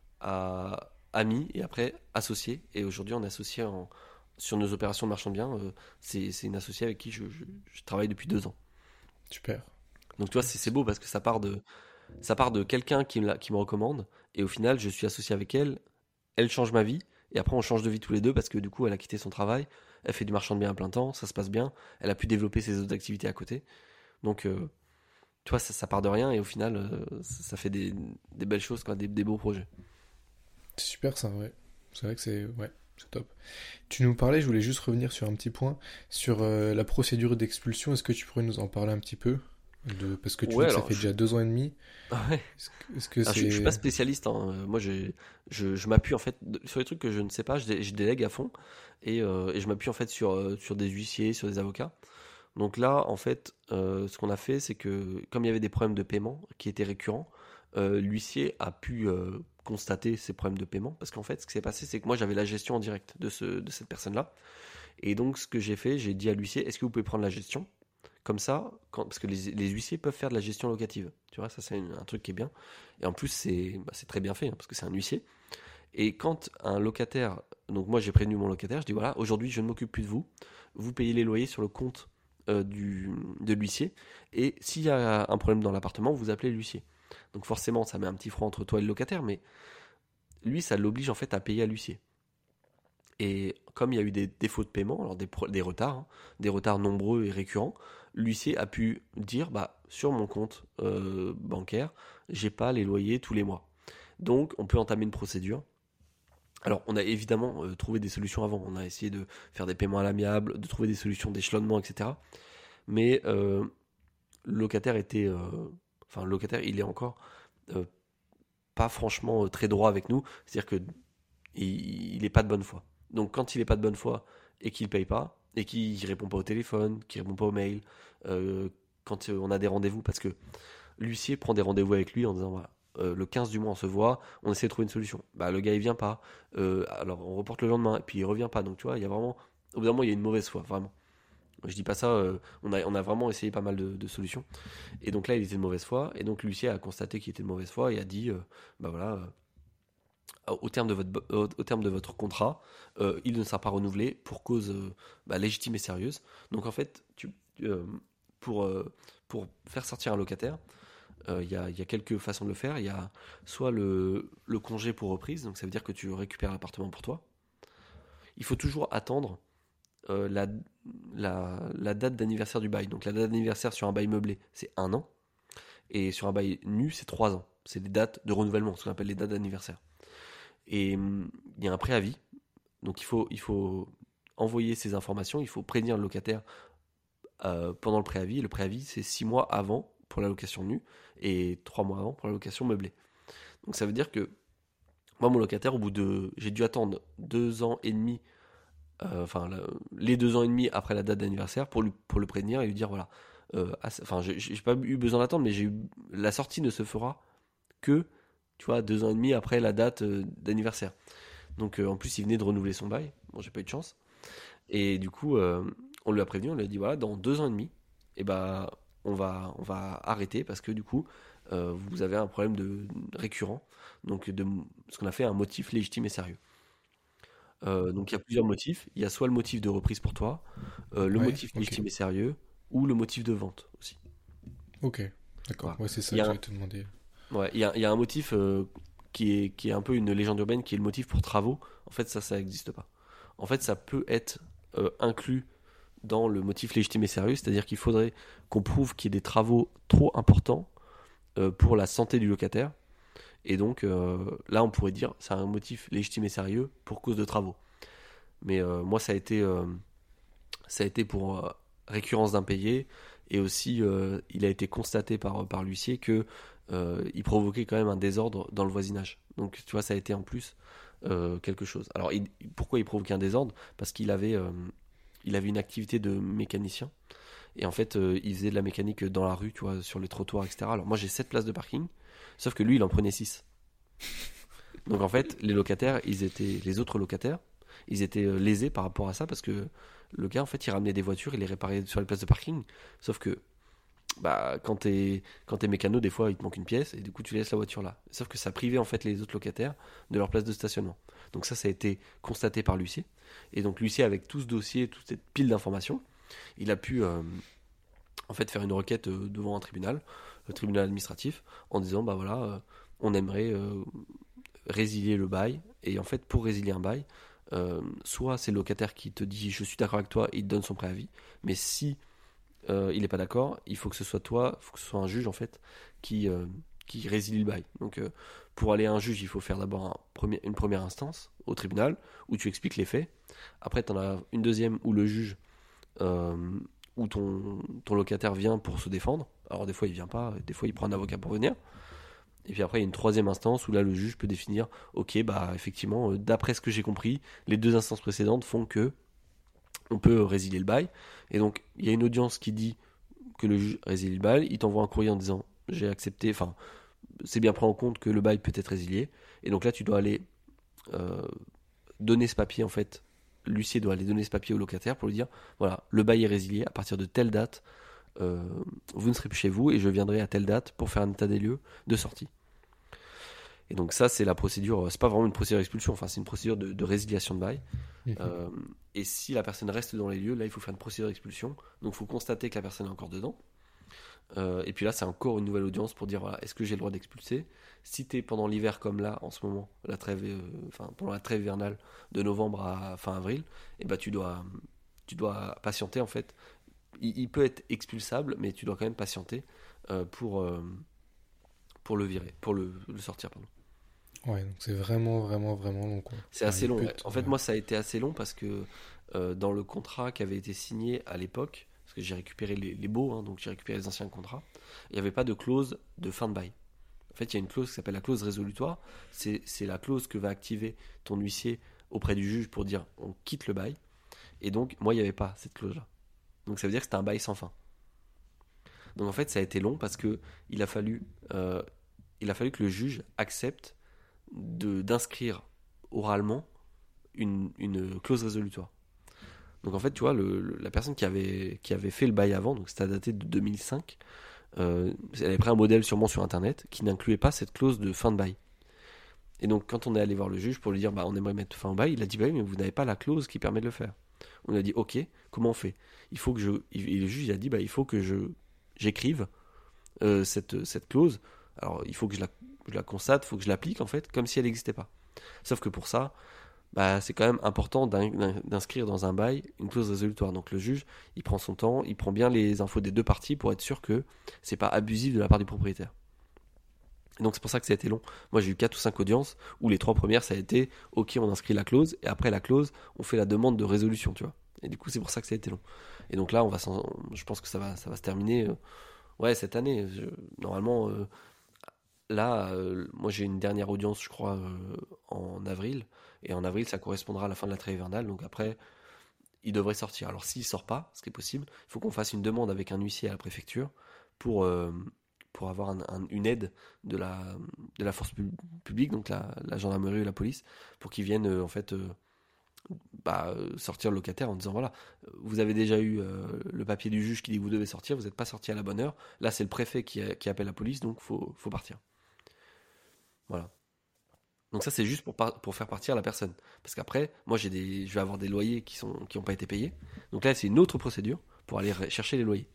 à ami et après associé. Et aujourd'hui, on est associé en, sur nos opérations de marchand de biens. Euh, c'est, c'est une associée avec qui je, je- je travaille depuis deux ans. Super. Donc tu vois, Ok. c'est, c'est beau parce que ça part de, ça part de quelqu'un qui me, la- qui me recommande. Et au final, je suis associé avec elle. Elle change ma vie. Et après, on change de vie tous les deux parce que du coup, elle a quitté son travail. Elle fait du marchand de biens à plein temps. Ça se passe bien. Elle a pu développer ses autres activités à côté. Donc, euh, tu vois, ça, ça part de rien. Et au final, euh, ça, ça fait des, des belles choses, quoi, des, des beaux projets. C'est super ça, ouais. C'est vrai que c'est ouais, c'est top. Tu nous parlais, je voulais juste revenir sur un petit point, sur euh, la procédure d'expulsion. Est-ce que tu pourrais nous en parler un petit peu? De... Parce que tu Ouais, dis que ça alors, fait je, déjà deux ans et demi. ouais. Est-ce que est-ce que Alors, je, je suis pas c'est... spécialiste, hein. Euh, Moi, j'ai- je, je m'appuie en fait de- sur les trucs que je ne sais pas. Je, dé- je délègue à fond et, euh, et je m'appuie en fait sur, euh, sur des huissiers, sur des avocats. Donc là, en fait, euh, ce qu'on a fait, c'est que comme il y avait des problèmes de paiement qui étaient récurrents, euh, l'huissier a pu euh, constater ces problèmes de paiement. Parce qu'en fait, ce qui s'est passé, c'est que moi, j'avais la gestion en direct de, ce, de cette personne-là. Et donc, ce que j'ai fait, j'ai dit à l'huissier, est-ce que vous pouvez prendre la gestion? Comme ça, quand, parce que les, les huissiers peuvent faire de la gestion locative. Tu vois, ça, c'est une- un truc qui est bien. Et en plus, c'est bah, c'est très bien fait, hein, parce que c'est un huissier. Et quand un locataire, donc moi j'ai prévenu mon locataire, je dis voilà, aujourd'hui je ne m'occupe plus de vous, vous payez les loyers sur le compte euh, du, de l'huissier, et s'il y a un problème dans l'appartement, vous appelez l'huissier. Donc forcément ça met un petit frein entre toi et le locataire, mais lui ça l'oblige en fait à payer à l'huissier. Et comme il y a eu des défauts de paiement, alors des, pro- des retards, hein, des retards nombreux et récurrents, l'huissier a pu dire bah sur mon compte euh, bancaire, j'ai pas les loyers tous les mois. Donc on peut entamer une procédure. Alors, on a évidemment euh, trouvé des solutions avant. On a essayé de faire des paiements à l'amiable, de trouver des solutions d'échelonnement, et cetera. Mais euh, le locataire était. euh, Enfin, le locataire, il est encore euh, pas franchement euh, très droit avec nous. C'est-à-dire que il, il est pas de bonne foi. Donc, quand il est pas de bonne foi et qu'il paye pas, et qu'il répond pas au téléphone, qu'il répond pas aux mails, euh, quand euh, on a des rendez-vous, parce que l'huissier prend des rendez-vous avec lui en disant voilà, euh, le quinze du mois on se voit, on essaie de trouver une solution. Bah le gars il vient pas, Euh, alors on reporte le lendemain et puis il revient pas. Donc tu vois, il y a vraiment, au bout d'un moment il y a une mauvaise foi, vraiment. Je dis pas ça, euh, on, a, on a vraiment essayé pas mal de, de solutions. Et donc là il était de mauvaise foi et donc l'huissier a constaté qu'il était de mauvaise foi et a dit euh, bah voilà. euh, au terme de votre, au, au terme de votre contrat, euh, il ne sera pas renouvelé pour cause euh, bah, légitime et sérieuse. Donc en fait, tu, euh, pour, euh, pour faire sortir un locataire, il euh, y, a, y a quelques façons de le faire. Il y a soit le, le congé pour reprise, donc ça veut dire que tu récupères l'appartement pour toi. Il faut toujours attendre euh, la, la, la date d'anniversaire du bail. Donc la date d'anniversaire sur un bail meublé, c'est un an. Et sur un bail nu, c'est trois ans. C'est des dates de renouvellement, ce qu'on appelle les dates d'anniversaire. Et hum, il y a un préavis. Donc il faut, il faut envoyer ces informations, il faut prévenir le locataire euh, pendant le préavis. Le préavis, c'est six mois avant pour la location nue et trois mois avant pour la location meublée. Donc ça veut dire que moi, mon locataire, au bout de... J'ai dû attendre deux ans et demi, euh, enfin la- les deux ans et demi après la date d'anniversaire pour, lui, pour le prévenir et lui dire voilà. euh, ah, c'est- Enfin, j'ai j'ai pas eu besoin d'attendre, mais j'ai eu... la sortie ne se fera que, tu vois, deux ans et demi après la date euh, d'anniversaire. Donc euh, en plus, il venait de renouveler son bail. Bon, j'ai pas eu de chance. Et du coup, euh, on lui a prévenu, on lui a dit voilà, dans deux ans et demi, eh ben, on va, on va arrêter parce que du coup, euh, vous avez un problème de récurrent, donc de ce qu'on a fait un motif légitime et sérieux. Euh, donc il y a plusieurs motifs. Il y a soit le motif de reprise pour toi, euh, le Ouais, motif ok. légitime et sérieux, ou le motif de vente aussi. Ok. D'accord. Voilà. Ouais, c'est Il ça y que a un, j'allais te demander. ouais, il y a, il y a un motif euh, qui est, qui est un peu une légende urbaine, qui est le motif pour travaux. En fait, ça, ça n'existe pas. En fait, ça peut être euh, inclus dans le motif légitime et sérieux, c'est-à-dire qu'il faudrait qu'on prouve qu'il y ait des travaux trop importants euh, pour la santé du locataire. Et donc euh, là, on pourrait dire c'est un motif légitime et sérieux pour cause de travaux. Mais euh, moi, ça a été, euh, ça a été pour euh, récurrence d'impayés et aussi euh, il a été constaté par, par l'huissier que euh, il provoquait quand même un désordre dans le voisinage. Donc tu vois, ça a été en plus euh, quelque chose. Alors il- pourquoi il provoquait un désordre? Parce qu'il avait, euh, il avait une activité de mécanicien. Et en fait, euh, il faisait de la mécanique dans la rue, tu vois, sur les trottoirs, et cetera. Alors moi, j'ai sept places de parking, sauf que lui, il en prenait six. Donc en fait, les locataires, ils étaient, les autres locataires, ils étaient euh, lésés par rapport à ça parce que le gars, en fait, il ramenait des voitures, il les réparait sur les places de parking. Sauf que, bah, quand t'es, quand t'es mécano, des fois, il te manque une pièce et du coup, tu laisses la voiture là. Sauf que ça privait en fait les autres locataires de leur place de stationnement. Donc ça, ça a été constaté par l'huissier. Et donc l'huissier, avec tout ce dossier, toute cette pile d'informations, il a pu euh, en fait faire une requête euh, devant un tribunal, le tribunal administratif, en disant bah voilà, euh, on aimerait euh, résilier le bail. Et en fait, pour résilier un bail, euh, soit c'est le locataire qui te dit je suis d'accord avec toi et il te donne son préavis, mais si euh, il n'est pas d'accord, il faut que ce soit toi, il faut que ce soit un juge en fait qui, euh, qui résilie le bail. Donc euh, pour aller à un juge, il faut faire d'abord un premier- une première instance au tribunal où tu expliques les faits. Après, tu en as une deuxième où le juge euh, où ton, ton locataire vient pour se défendre. Alors des fois il vient pas, des fois il prend un avocat pour venir. Et puis après il y a une troisième instance où là le juge peut définir, ok bah effectivement euh, d'après ce que j'ai compris, les deux instances précédentes font que on peut résilier le bail. Et donc il y a une audience qui dit que le juge résilie le bail, il t'envoie un courrier en disant j'ai accepté, enfin c'est bien pris en compte que le bail peut être résilié. Et donc là tu dois aller euh, donner ce papier en fait. L'huissier doit aller donner ce papier au locataire pour lui dire voilà, le bail est résilié à partir de telle date, euh, vous ne serez plus chez vous et je viendrai à telle date pour faire un état des lieux de sortie. Et donc ça c'est la procédure, c'est pas vraiment une procédure d'expulsion, enfin c'est une procédure de, de résiliation de bail. Mhm. Euh, et si la personne reste dans les lieux, là il faut faire une procédure d'expulsion. Donc il faut constater que la personne est encore dedans. Euh, et puis là c'est encore une nouvelle audience pour dire voilà, est-ce que j'ai le droit d'expulser? Si t'es pendant l'hiver comme là en ce moment, la trêve, euh, enfin pendant la trêve hivernale de novembre à fin avril, et bah tu dois, tu dois patienter en fait. Il, il peut être expulsable, mais tu dois quand même patienter euh, pour, euh, pour le virer, pour le, le sortir, pardon. Ouais, donc c'est vraiment, vraiment, vraiment long, quoi. C'est Enfin, assez il long. peut Ouais. te- En fait, moi, ça a été assez long parce que euh, dans le contrat qui avait été signé à l'époque, parce que j'ai récupéré les, les baux, hein, donc j'ai récupéré les anciens contrats, il n'y avait pas de clause de fin de bail. En fait, il y a une clause qui s'appelle la clause résolutoire. C'est, c'est la clause que va activer ton huissier auprès du juge pour dire on quitte le bail. Et donc, moi, il n'y avait pas cette clause-là. Donc, ça veut dire que c'était un bail sans fin. Donc, en fait, ça a été long parce que il a fallu, euh, il a fallu que le juge accepte de, d'inscrire oralement une, une clause résolutoire. Donc, en fait, tu vois, le, le- la personne qui avait, qui avait fait le bail avant, donc c'était daté de deux mille cinq, euh, elle avait pris un modèle sûrement sur Internet qui n'incluait pas cette clause de fin de bail. Et donc, quand on est allé voir le juge pour lui dire, bah, on aimerait mettre fin au bail, il a dit, bah oui, mais vous n'avez pas la clause qui permet de le faire. On a dit, ok, comment on fait? Il faut que je. Et le juge il a dit, bah, il faut que je j'écrive euh, cette, cette clause. Alors, il faut que je la, je la constate, il faut que je l'applique en fait, comme si elle n'existait pas. Sauf que pour ça, bah, c'est quand même important d'in- d'in- d'inscrire dans un bail une clause résolutoire. Donc le juge, il prend son temps, il prend bien les infos des deux parties pour être sûr que c'est pas abusif de la part du propriétaire. Et donc c'est pour ça que ça a été long. Moi j'ai eu quatre ou cinq audiences où les trois premières ça a été ok on inscrit la clause et après la clause on fait la demande de résolution, tu vois. Et du coup c'est pour ça que ça a été long. Et donc là on va s'en- je pense que ça va, ça va se terminer euh, ouais cette année. Je- normalement euh, là euh, moi j'ai une dernière audience je crois euh, en avril et en avril ça correspondra à la fin de la trêve hivernale donc après il devrait sortir. Alors s'il sort pas, ce qui est possible, il faut qu'on fasse une demande avec un huissier à la préfecture pour, euh, pour avoir un- un- une aide de la, de la force pub- publique, donc la, la gendarmerie ou la police, pour qu'ils viennent euh, en fait euh, bah, euh, sortir le locataire en disant voilà, euh, vous avez déjà eu euh, le papier du juge qui dit que vous devez sortir, vous n'êtes pas sorti à la bonne heure. Là c'est le préfet qui, a- qui appelle la police, donc faut, faut partir. Voilà. Donc ça c'est juste pour, par- pour faire partir la personne. Parce qu'après, moi j'ai des, je vais avoir des loyers qui sont qui n'ont pas été payés. Donc là c'est une autre procédure pour aller re- chercher les loyers.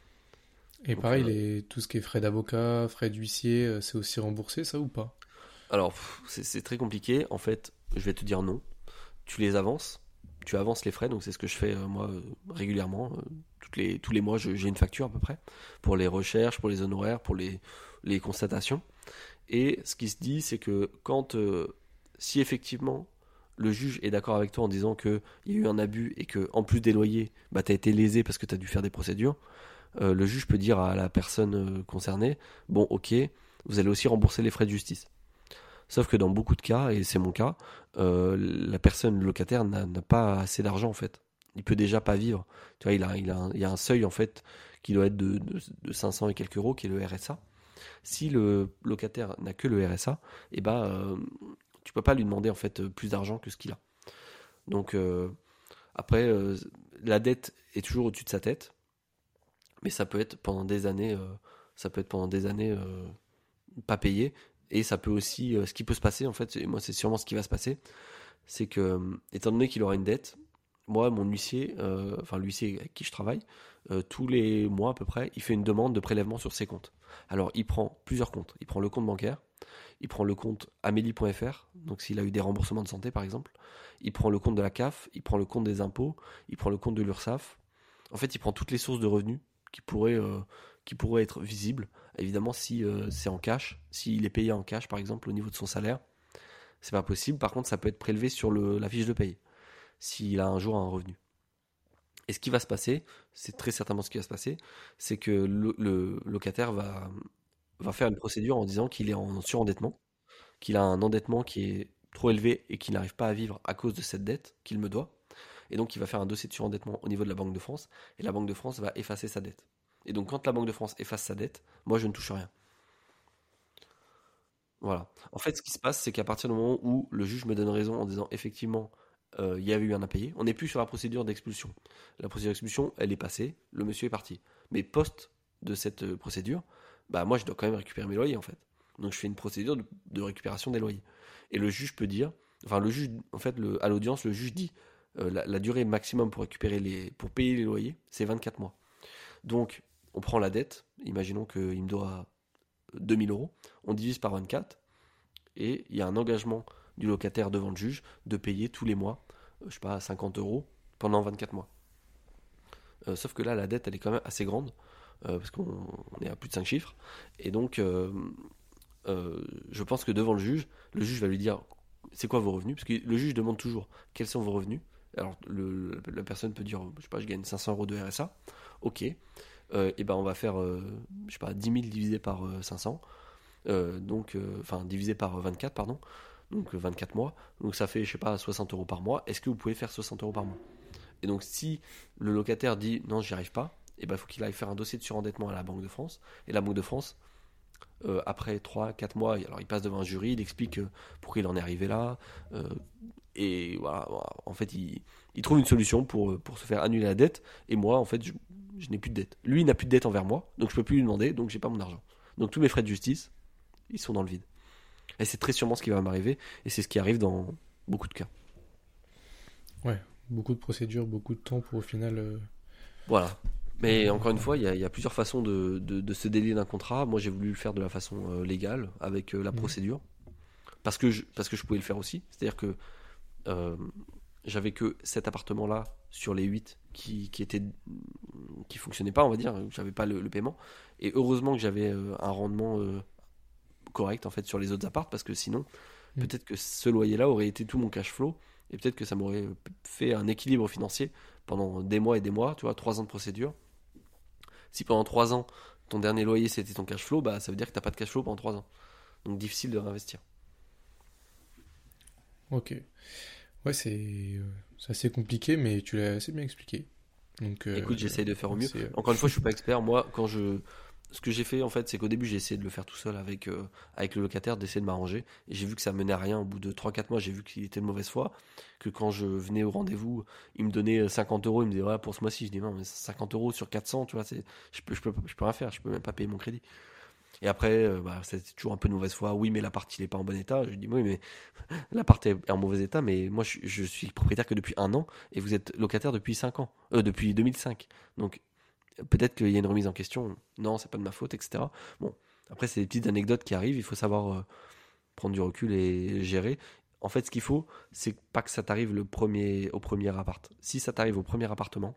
Et Donc pareil, euh, les... tout ce qui est frais d'avocat, frais d'huissier, euh, c'est aussi remboursé, ça ou pas? alors pff, c'est c'est très compliqué. En fait, je vais te dire non. Tu les avances, tu avances les frais. Donc c'est ce que je fais euh, moi euh, régulièrement. Euh, toutes les, tous les mois je- j'ai une facture à peu près pour les recherches, pour les honoraires, pour les, les constatations. Et ce qui se dit c'est que quand euh, si effectivement le juge est d'accord avec toi en disant qu'il y a eu un abus et que en plus des loyers, bah, tu as été lésé parce que tu as dû faire des procédures, euh, le juge peut dire à la personne euh, concernée, bon ok, vous allez aussi rembourser les frais de justice. Sauf que dans beaucoup de cas, et c'est mon cas, euh, la personne, le locataire, n'a n'a pas assez d'argent en fait. Il peut déjà pas vivre. Tu vois, il a, il a, un- il y a un seuil en fait qui doit être de, de, de cinq cents et quelques euros, qui est le R S A. Si le locataire n'a que le R S A, et ben euh, tu peux pas lui demander en fait plus d'argent que ce qu'il a. Donc euh, après, euh, la dette est toujours au-dessus de sa tête, mais ça peut être pendant des années, euh, ça peut être pendant des années euh, pas payé. Et ça peut aussi, euh, ce qui peut se passer en fait, et moi c'est sûrement ce qui va se passer, c'est que euh, étant donné qu'il aura une dette, moi mon huissier, euh, enfin l'huissier avec qui je travaille, euh, tous les mois à peu près, il fait une demande de prélèvement sur ses comptes. Alors il prend plusieurs comptes. Il prend le compte bancaire, il prend le compte amélie point f r, donc s'il a eu des remboursements de santé par exemple, il prend le compte de la C A F, il prend le compte des impôts, il prend le compte de l'URSSAF. En fait, il prend toutes les sources de revenus qui pourraient, euh, qui pourraient être visibles. Évidemment, si euh, c'est en cash, s'il est payé en cash par exemple au niveau de son salaire, c'est pas possible. Par contre, ça peut être prélevé sur le, la fiche de paye s'il a un jour un revenu. Et ce qui va se passer, c'est très certainement ce qui va se passer, c'est que le, le locataire va, va faire une procédure en disant qu'il est en surendettement, qu'il a un endettement qui est trop élevé et qu'il n'arrive pas à vivre à cause de cette dette qu'il me doit. Et donc il va faire un dossier de surendettement au niveau de la Banque de France, et la Banque de France va effacer sa dette. Et donc quand la Banque de France efface sa dette, moi je ne touche rien. Voilà. En fait, ce qui se passe, c'est qu'à partir du moment où le juge me donne raison en disant effectivement, euh, il y avait eu un impayé, on n'est plus sur la procédure d'expulsion. La procédure d'expulsion, elle est passée, le monsieur est parti. Mais post de cette euh, procédure, bah moi je dois quand même récupérer mes loyers en fait. Donc je fais une procédure de, de récupération des loyers. Et le juge peut dire, enfin le juge, en fait, le- à l'audience, le juge dit euh, la, la durée maximum pour récupérer les, pour payer les loyers, c'est vingt-quatre mois. Donc on prend la dette, imaginons qu'il me doit deux mille euros, on divise par vingt-quatre et il y a un engagement du locataire devant le juge de payer tous les mois, euh, je sais pas, cinquante euros pendant vingt-quatre mois. Euh, sauf que là, la dette, elle est quand même assez grande, euh, parce qu'on on est à plus de cinq chiffres, et donc euh, euh, je pense que devant le juge, le juge va lui dire c'est quoi vos revenus, parce que le juge demande toujours quels sont vos revenus. Alors le- la personne peut dire, je sais pas, je gagne cinq cents euros de R S A, ok, euh, et ben on va faire, euh, je sais pas, dix mille divisé par euh, cinq cents, euh, donc, euh, enfin divisé par vingt-quatre, pardon, donc euh, vingt-quatre mois, donc ça fait, je sais pas, soixante euros par mois. Est-ce que vous pouvez faire soixante euros par mois? Et donc si le locataire dit non, j'y arrive pas, et ben il faut qu'il aille faire un dossier de surendettement à la Banque de France, et la Banque de France, euh, après trois quatre mois, alors il passe devant un jury, il explique euh, pourquoi il en est arrivé là, euh, et voilà, voilà. En fait il, il trouve une solution pour, euh, pour se faire annuler la dette, et moi en fait je, je n'ai plus de dette. Lui il n'a plus de dette envers moi, donc je peux plus lui demander, donc j'ai pas mon argent. Donc tous mes frais de justice, ils sont dans le vide. Et c'est très sûrement ce qui va m'arriver, et c'est ce qui arrive dans beaucoup de cas. Ouais, beaucoup de procédures, beaucoup de temps pour au final. euh, Voilà. Mais encore une ouais. fois, il y, a- il y a plusieurs façons de, de- de se délier d'un contrat. Moi, j'ai voulu le faire de la façon euh, légale, avec euh, la Mhm. procédure, parce que, je, parce que je pouvais le faire aussi. C'est-à-dire que euh, j'avais que cet appartement-là sur les huit qui, qui était qui fonctionnait pas, on va dire, j'avais pas le, le paiement. Et heureusement que j'avais euh, un rendement euh, correct en fait sur les autres apparts, parce que sinon, Mm. peut-être que ce loyer-là aurait été tout mon cash flow, et peut-être que ça m'aurait fait un équilibre financier pendant des mois et des mois, tu vois, trois ans de procédure. Si pendant trois ans, ton dernier loyer c'était ton cash flow, bah ça veut dire que t'as pas de cash flow pendant trois ans. Donc difficile de réinvestir. Ok. Ouais, c'est euh, c'est assez compliqué, mais tu l'as assez bien expliqué. Donc, euh, Écoute, j'essaye de faire au mieux. c'est. euh, Encore une fois, je suis pas expert. Moi, quand je, ce que j'ai fait en fait, c'est qu'au début, j'ai essayé de le faire tout seul avec euh, avec le locataire, d'essayer de m'arranger. Et j'ai vu que ça menait à rien. Au bout de trois quatre mois, j'ai vu qu'il était de mauvaise foi. Que quand je venais au rendez-vous, il me donnait cinquante euros. Il me disait ouais pour ce mois-ci. Je dis non, mais cinquante euros sur quatre cents, tu vois, c'est, je peux, je peux, je peux rien faire. Je peux même pas payer mon crédit. Et après, euh, bah, c'était toujours un peu de mauvaise foi. Oui, mais l'appart il est pas en bon état. Je dis oui, mais l'appart est en mauvais état. Mais moi, je, je suis propriétaire que depuis un an et vous êtes locataire depuis cinq ans, euh, depuis deux mille cinq. Donc peut-être qu'il y a une remise en question. Non, c'est pas de ma faute, et cetera. Bon, après, c'est des petites anecdotes qui arrivent. Il faut savoir euh, prendre du recul et gérer. En fait, ce qu'il faut, c'est pas que ça t'arrive le premier, au premier appart. Si ça t'arrive au premier appartement,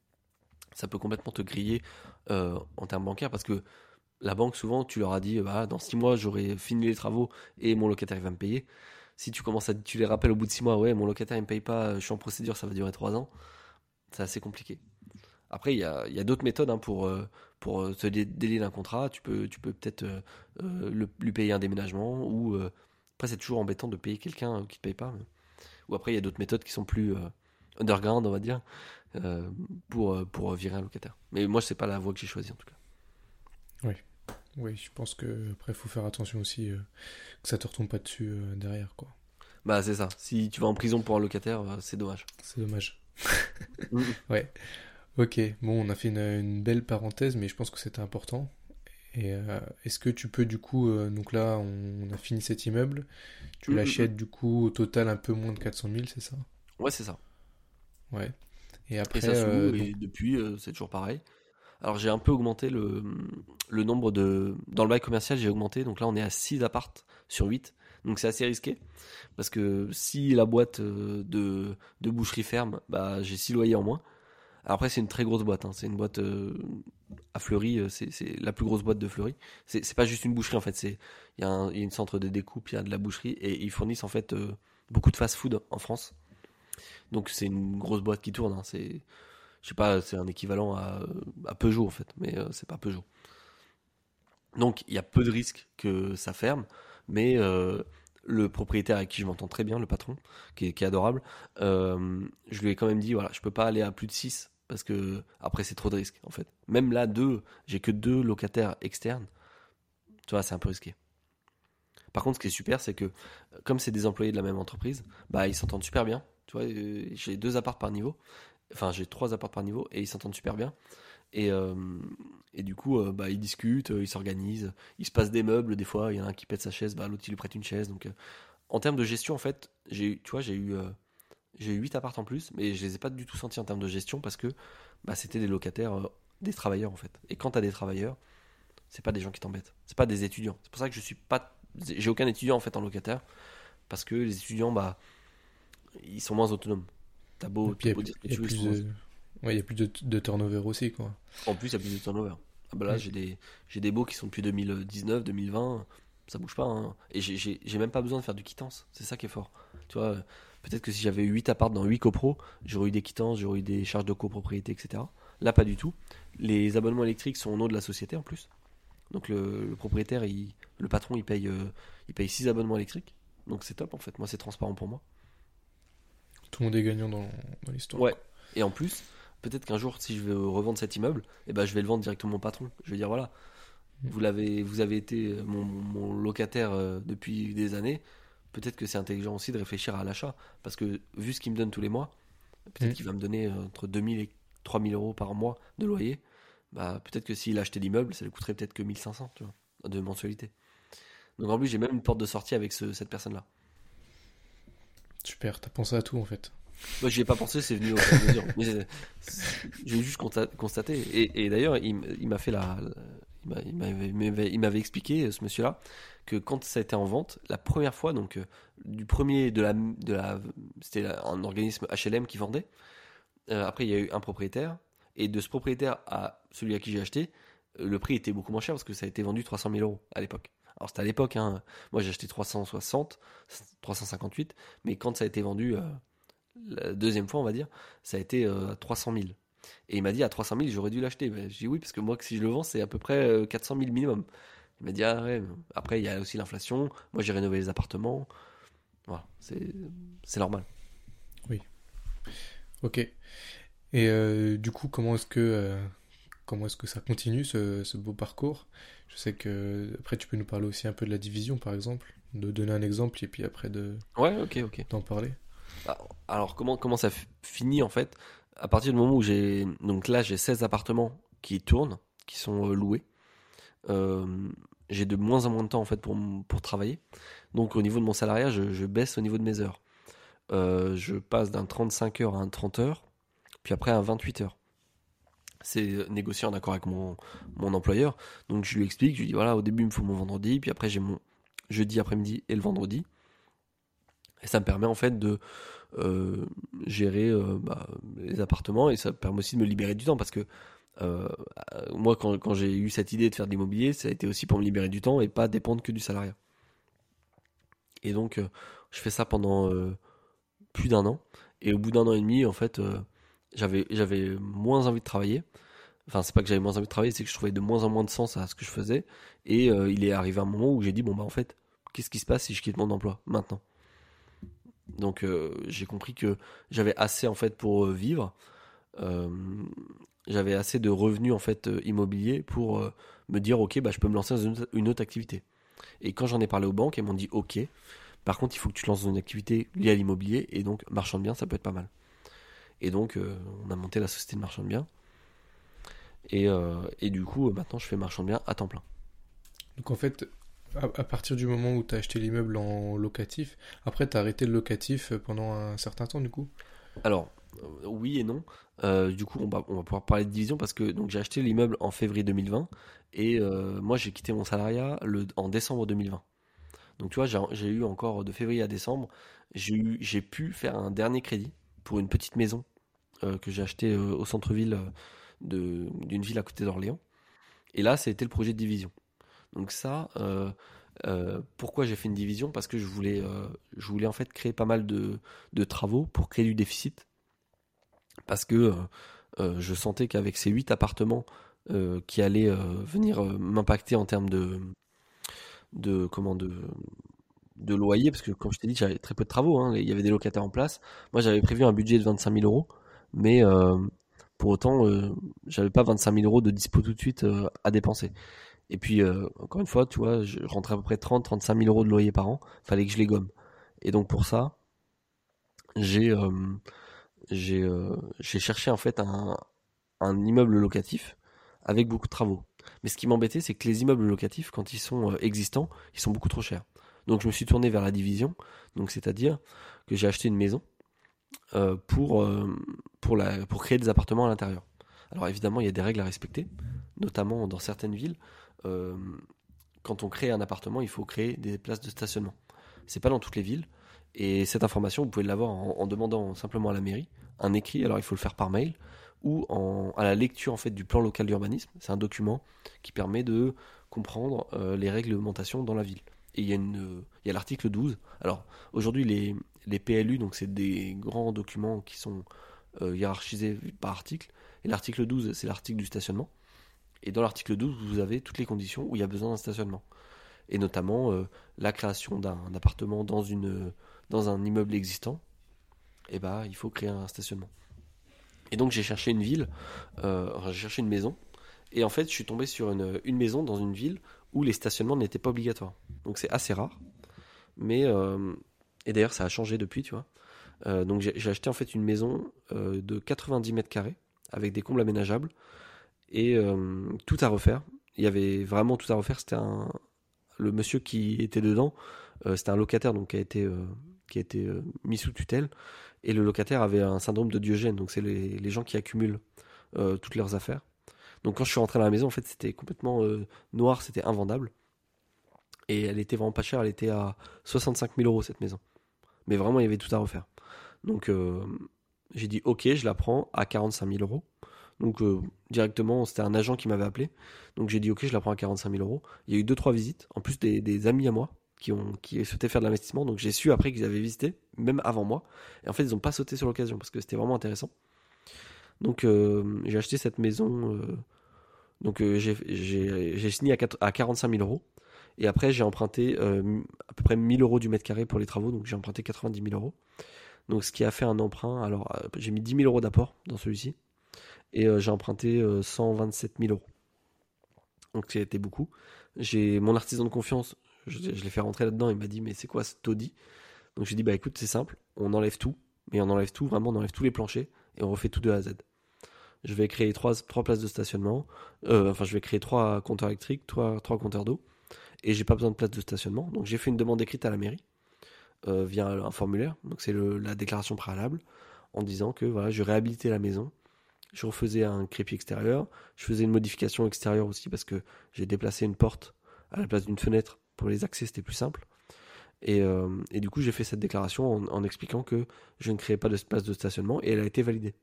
ça peut complètement te griller euh, en termes bancaires, parce que la banque, souvent, tu leur as dit bah, dans six mois, j'aurai fini les travaux et mon locataire il va me payer. Si tu commences à, tu les rappelles au bout de six mois, ouais, mon locataire il me paye pas, je suis en procédure, ça va durer trois ans, c'est assez compliqué. Après, il y a, il y a d'autres méthodes hein, pour, euh, pour euh, te dé- délier d'un contrat. Tu peux, tu peux peut-être euh, euh, le- lui payer un déménagement, ou euh, après, c'est toujours embêtant de payer quelqu'un euh, qui ne te paye pas. mais- Ou après, il y a d'autres méthodes qui sont plus euh, underground, on va dire, euh, pour, euh, pour virer un locataire. Mais moi, c'est pas la voie que j'ai choisie en tout cas. Oui. Oui, je pense que après, faut faire attention aussi euh, que ça te retombe pas dessus euh, derrière, quoi. Bah, c'est ça. Si tu vas en prison pour un locataire, euh, c'est dommage. C'est dommage. Mhm. Ouais. Ok. Bon, on a fait une, une belle parenthèse, mais je pense que c'était important. Et euh, est-ce que tu peux du coup, euh, donc là, on, on a fini cet immeuble, tu Mhm, mhm. l'achètes du coup au total un peu moins de quatre cent mille, c'est ça? Ouais, c'est ça. Ouais. Et Et après, ça se euh, loue, donc, et depuis, euh, c'est toujours pareil. Alors j'ai un peu augmenté le, le nombre de... Dans le bail commercial, j'ai augmenté. Donc là, on est à six appartes sur huit. Donc c'est assez risqué. Parce que si la boîte euh, de, de boucherie ferme, bah, j'ai six loyers en moins. Après, c'est une très grosse boîte. hein. C'est une boîte euh, à Fleury. euh, C'est c'est la plus grosse boîte de Fleury. C'est c'est pas juste une boucherie en fait. c'est- Il y a un, il y a une centre de découpe, il y a de la boucherie. Et ils fournissent en fait euh, beaucoup de fast-food en France. Donc c'est une grosse boîte qui tourne. hein. C'est, je sais pas, c'est un équivalent à, à Peugeot en fait. Mais euh, c'est pas Peugeot. Donc il y a peu de risques que ça ferme, mais euh, le propriétaire avec qui je m'entends très bien, le patron, qui est, qui est adorable, euh, je lui ai quand même dit voilà, je peux pas aller à plus de six parce que après c'est trop de risques en fait. Même là, deux, j'ai que deux locataires externes, tu vois, c'est un peu risqué. Par contre, ce qui est super, c'est que euh, comme c'est des employés de la même entreprise, bah ils s'entendent super bien. Tu vois, euh, j'ai deux apparts par niveau, enfin j'ai trois apparts par niveau et ils s'entendent super bien. Et, euh, et du coup, euh, bah, ils discutent, euh, ils s'organisent, ils se passent des meubles, des fois, il y en a un qui pète sa chaise, bah, l'autre il lui prête une chaise. Donc, euh, en termes de gestion, en fait, j'ai eu, tu vois, j'ai eu, euh, j'ai eu huit apparts en plus, mais je les ai pas du tout sentis en termes de gestion parce que bah, c'était des locataires, euh, des travailleurs en fait. Et quand t'as des travailleurs, c'est pas des gens qui t'embêtent, c'est pas des étudiants. C'est pour ça que je suis pas, j'ai aucun étudiant en fait en locataire parce que les étudiants, bah, ils sont moins autonomes. T'as et beau, puis t'as il y a, beau dire ce que il y a tu veux, ils sont plus moins de, ouais, il y a plus de, de turnover aussi, quoi. En plus, il y a plus de turnover. Ah bah là, Mm. j'ai des, j'ai des baux qui sont depuis deux mille dix-neuf, deux mille vingt, ça bouge pas. hein. Et j'ai, j'ai, j'ai même pas besoin de faire du quittance. C'est ça qui est fort. Tu vois, euh, peut-être que si j'avais eu huit apparts dans huit copros, j'aurais eu des quittances, j'aurais eu des charges de copropriété, et cetera. Là, pas du tout. Les abonnements électriques sont au nom de la société en plus. Donc le, le propriétaire, il- le patron, il paye, euh, il paye six abonnements électriques. Donc c'est top en fait. Moi, c'est transparent pour moi. Tout le monde est gagnant dans, dans l'histoire, Ouais. quoi. Et en plus, peut-être qu'un jour, si je veux revendre cet immeuble, eh ben, je vais le vendre directement au patron. Je vais dire voilà, Mm. vous l'avez, vous avez été mon, mon locataire euh, depuis des années. Peut-être que c'est intelligent aussi de réfléchir à l'achat. Parce que vu ce qu'il me donne tous les mois, peut-être Mm. qu'il va me donner euh, entre deux mille et trois mille euros par mois de loyer. Bah, peut-être que s'il achetait l'immeuble, ça lui coûterait peut-être que mille cinq cents, tu vois, de mensualité. Donc en plus, j'ai même une porte de sortie avec ce- cette personne-là. Super, t'as pensé à tout en fait. Moi, j'y ai pas pensé, c'est venu au fur et à mesure. Mais c'est- c'est- j'ai juste consta- constaté. Et, et d'ailleurs, il, m- il m'a fait la, il, m'a- il m'avait, il m'avait- il m'avait expliqué, euh, ce monsieur-là, que quand ça a été en vente, la première fois, donc euh, du premier de la, de la, c'était la- un organisme H L M qui vendait. Euh, après, il y a eu un propriétaire, et de ce propriétaire à celui à qui j'ai acheté, euh, le prix était beaucoup moins cher parce que ça a été vendu trois cent mille euros à l'époque. Alors c'était à l'époque, hein. Moi j'ai acheté trois cent soixante, trois cent cinquante-huit, mais quand ça a été vendu, euh, la deuxième fois, on va dire, ça a été euh, trois cent mille. Et il m'a dit, à trois cent mille, j'aurais dû l'acheter. Ben, j'ai dit oui, parce que moi, si je le vends, c'est à peu près euh, quatre cent mille minimum. Il m'a dit, ah ouais, après, il y a aussi l'inflation. Moi, j'ai rénové les appartements. Voilà, c'est, c'est normal. Oui. Ok. Et euh, du coup, comment est-ce que euh, comment est-ce que ça continue ce, ce beau parcours? Je sais que après tu peux nous parler aussi un peu de la division par exemple, de donner un exemple et puis après de Ouais, ok, ok. d'en parler. Ah, alors, comment, comment ça f- finit en fait? À partir du moment où j'ai. Donc là, j'ai seize appartements qui tournent, qui sont euh, loués. Euh, j'ai de moins en moins de temps en fait pour, m- pour travailler. Donc, au niveau de mon salariat, je, je baisse au niveau de mes heures. Euh, je passe d'un trente-cinq heures à un trente heures, puis après à un vingt-huit heures. C'est négocié en accord avec mon, mon employeur. Donc je lui explique, je lui dis voilà, au début il me faut mon vendredi, puis après j'ai mon jeudi après-midi et le vendredi. Et ça me permet en fait de euh, gérer euh, bah, les appartements, et ça me permet aussi de me libérer du temps parce que euh, moi quand, quand j'ai eu cette idée de faire de l'immobilier, ça a été aussi pour me libérer du temps et pas dépendre que du salariat. Et donc euh, je fais ça pendant euh, plus d'un an. Et au bout d'un an et demi, en fait, euh, j'avais, j'avais moins envie de travailler. Enfin, c'est pas que j'avais moins envie de travailler, c'est que je trouvais de moins en moins de sens à ce que je faisais. Et euh, il est arrivé un moment où j'ai dit, bon, bah en fait, qu'est-ce qui se passe si je quitte mon emploi maintenant? Donc euh, j'ai compris que j'avais assez en fait pour euh, vivre. Euh, J'avais assez de revenus en fait euh, immobiliers pour euh, me dire, ok, bah je peux me lancer dans une autre, une autre activité. Et quand j'en ai parlé aux banques, elles m'ont dit, ok, par contre, il faut que tu te lances dans une activité liée à l'immobilier, et donc marchand de biens, ça peut être pas mal. Et donc, euh, on a monté la société de marchand de biens. Et, euh, et du coup, euh, maintenant, je fais marchand de biens à temps plein. Donc en fait, à, à partir du moment où tu as acheté l'immeuble en locatif, après tu as arrêté le locatif pendant un certain temps du coup? Alors, euh, oui et non. Euh, du coup, on va, on va pouvoir parler de division parce que donc, j'ai acheté l'immeuble en février deux mille vingt, et euh, moi, j'ai quitté mon salariat le, en décembre deux mille vingt. Donc, tu vois, j'ai, j'ai eu encore de février à décembre, j'ai, eu, j'ai pu faire un dernier crédit pour une petite maison euh, que j'ai achetée euh, au centre-ville euh, de, d'une ville à côté d'Orléans. Et là, c'était le projet de division. Donc ça, euh, euh, pourquoi j'ai fait une division? Parce que je voulais, euh, je voulais en fait créer pas mal de, de travaux pour créer du déficit. Parce que euh, euh, je sentais qu'avec ces huit appartements euh, qui allaient euh, venir euh, m'impacter en termes de, de, comment, de, de loyer, parce que comme je t'ai dit, j'avais très peu de travaux, hein, il y avait des locataires en place. Moi, j'avais prévu un budget de vingt-cinq mille euros, mais euh, pour autant, euh, j'avais pas vingt-cinq mille euros de dispo tout de suite euh, à dépenser. Et puis, euh, encore une fois, tu vois, je rentrais à peu près trente à trente-cinq mille euros de loyer par an. Fallait que je les gomme. Et donc, pour ça, j'ai euh, j'ai euh, j'ai cherché en fait un, un immeuble locatif avec beaucoup de travaux. Mais ce qui m'embêtait, c'est que les immeubles locatifs, quand ils sont euh, existants, ils sont beaucoup trop chers. Donc, je me suis tourné vers la division. Donc, c'est-à-dire que j'ai acheté une maison euh, pour, euh, pour, la, pour créer des appartements à l'intérieur. Alors, évidemment, il y a des règles à respecter, notamment dans certaines villes. Euh, Quand on crée un appartement, il faut créer des places de stationnement. C'est pas dans toutes les villes. Et cette information, vous pouvez l'avoir en, en demandant simplement à la mairie un écrit. Alors il faut le faire par mail ou en, à la lecture en fait du plan local d'urbanisme. C'est un document qui permet de comprendre euh, les réglementations dans la ville. Et il y a, une, euh, il y a l'article douze. Alors aujourd'hui les, les P L U, donc c'est des grands documents qui sont euh, hiérarchisés par article. Et l'article douze, c'est l'article du stationnement. Et dans l'article douze, vous avez toutes les conditions où il y a besoin d'un stationnement. Et notamment euh, la création d'un appartement dans, une, dans un immeuble existant. Et bah, il faut créer un stationnement. Et donc j'ai cherché une ville, euh, enfin, j'ai cherché une maison. Et en fait, je suis tombé sur une, une maison dans une ville où les stationnements n'étaient pas obligatoires. Donc c'est assez rare. Mais euh, et d'ailleurs, ça a changé depuis, tu vois. Euh, donc j'ai, j'ai acheté en fait une maison euh, de quatre-vingt-dix mètres carrés avec des combles aménageables et euh, tout à refaire. Il y avait vraiment tout à refaire. C'était un le monsieur qui était dedans, euh, c'était un locataire donc qui a été euh, qui a été euh, mis sous tutelle, et le locataire avait un syndrome de Diogène, donc c'est les, les gens qui accumulent euh, toutes leurs affaires. Donc quand je suis rentré dans la maison, en fait, c'était complètement euh, noir, c'était invendable. Et elle était vraiment pas chère, elle était à soixante-cinq mille euros cette maison. Mais vraiment, il y avait tout à refaire. Donc euh, j'ai dit ok, je la prends à quarante-cinq mille euros. Donc euh, directement, c'était un agent qui m'avait appelé. Donc j'ai dit ok, je la prends à quarante-cinq mille euros. Il y a eu deux trois visites, en plus des, des amis à moi qui ont qui souhaitaient faire de l'investissement. Donc j'ai su après qu'ils avaient visité, même avant moi. Et en fait, ils n'ont pas sauté sur l'occasion parce que c'était vraiment intéressant. Donc euh, j'ai acheté cette maison. euh, donc euh, j'ai j'ai- j'ai signé à, quatre- à quarante-cinq mille euros. Et après, j'ai emprunté euh, à peu près mille euros du mètre carré pour les travaux. Donc j'ai emprunté quatre-vingt-dix mille euros. Donc ce qui a fait un emprunt. Alors euh, j'ai mis dix mille euros d'apport dans celui-ci. Et euh, j'ai emprunté euh, cent vingt-sept mille euros. Donc c'était beaucoup. J'ai mon artisan de confiance, je, je l'ai fait rentrer là-dedans, il m'a dit mais c'est quoi ce taudis? Donc j'ai dit bah écoute c'est simple, on enlève tout, mais on enlève tout, vraiment on enlève tous les planchers et on refait tout de A à Z. Je vais créer trois, trois places de stationnement, euh, enfin je vais créer trois compteurs électriques, trois, trois compteurs d'eau, et j'ai pas besoin de place de stationnement. Donc j'ai fait une demande écrite à la mairie euh, via un formulaire, donc c'est le- la déclaration préalable, en disant que voilà je réhabilitais la maison, je refaisais un crépi extérieur, je faisais une modification extérieure aussi parce que j'ai déplacé une porte à la place d'une fenêtre pour les accès, c'était plus simple. Et, euh, et du coup, j'ai fait cette déclaration en, en expliquant que je ne créais pas de place de stationnement et elle a été validée.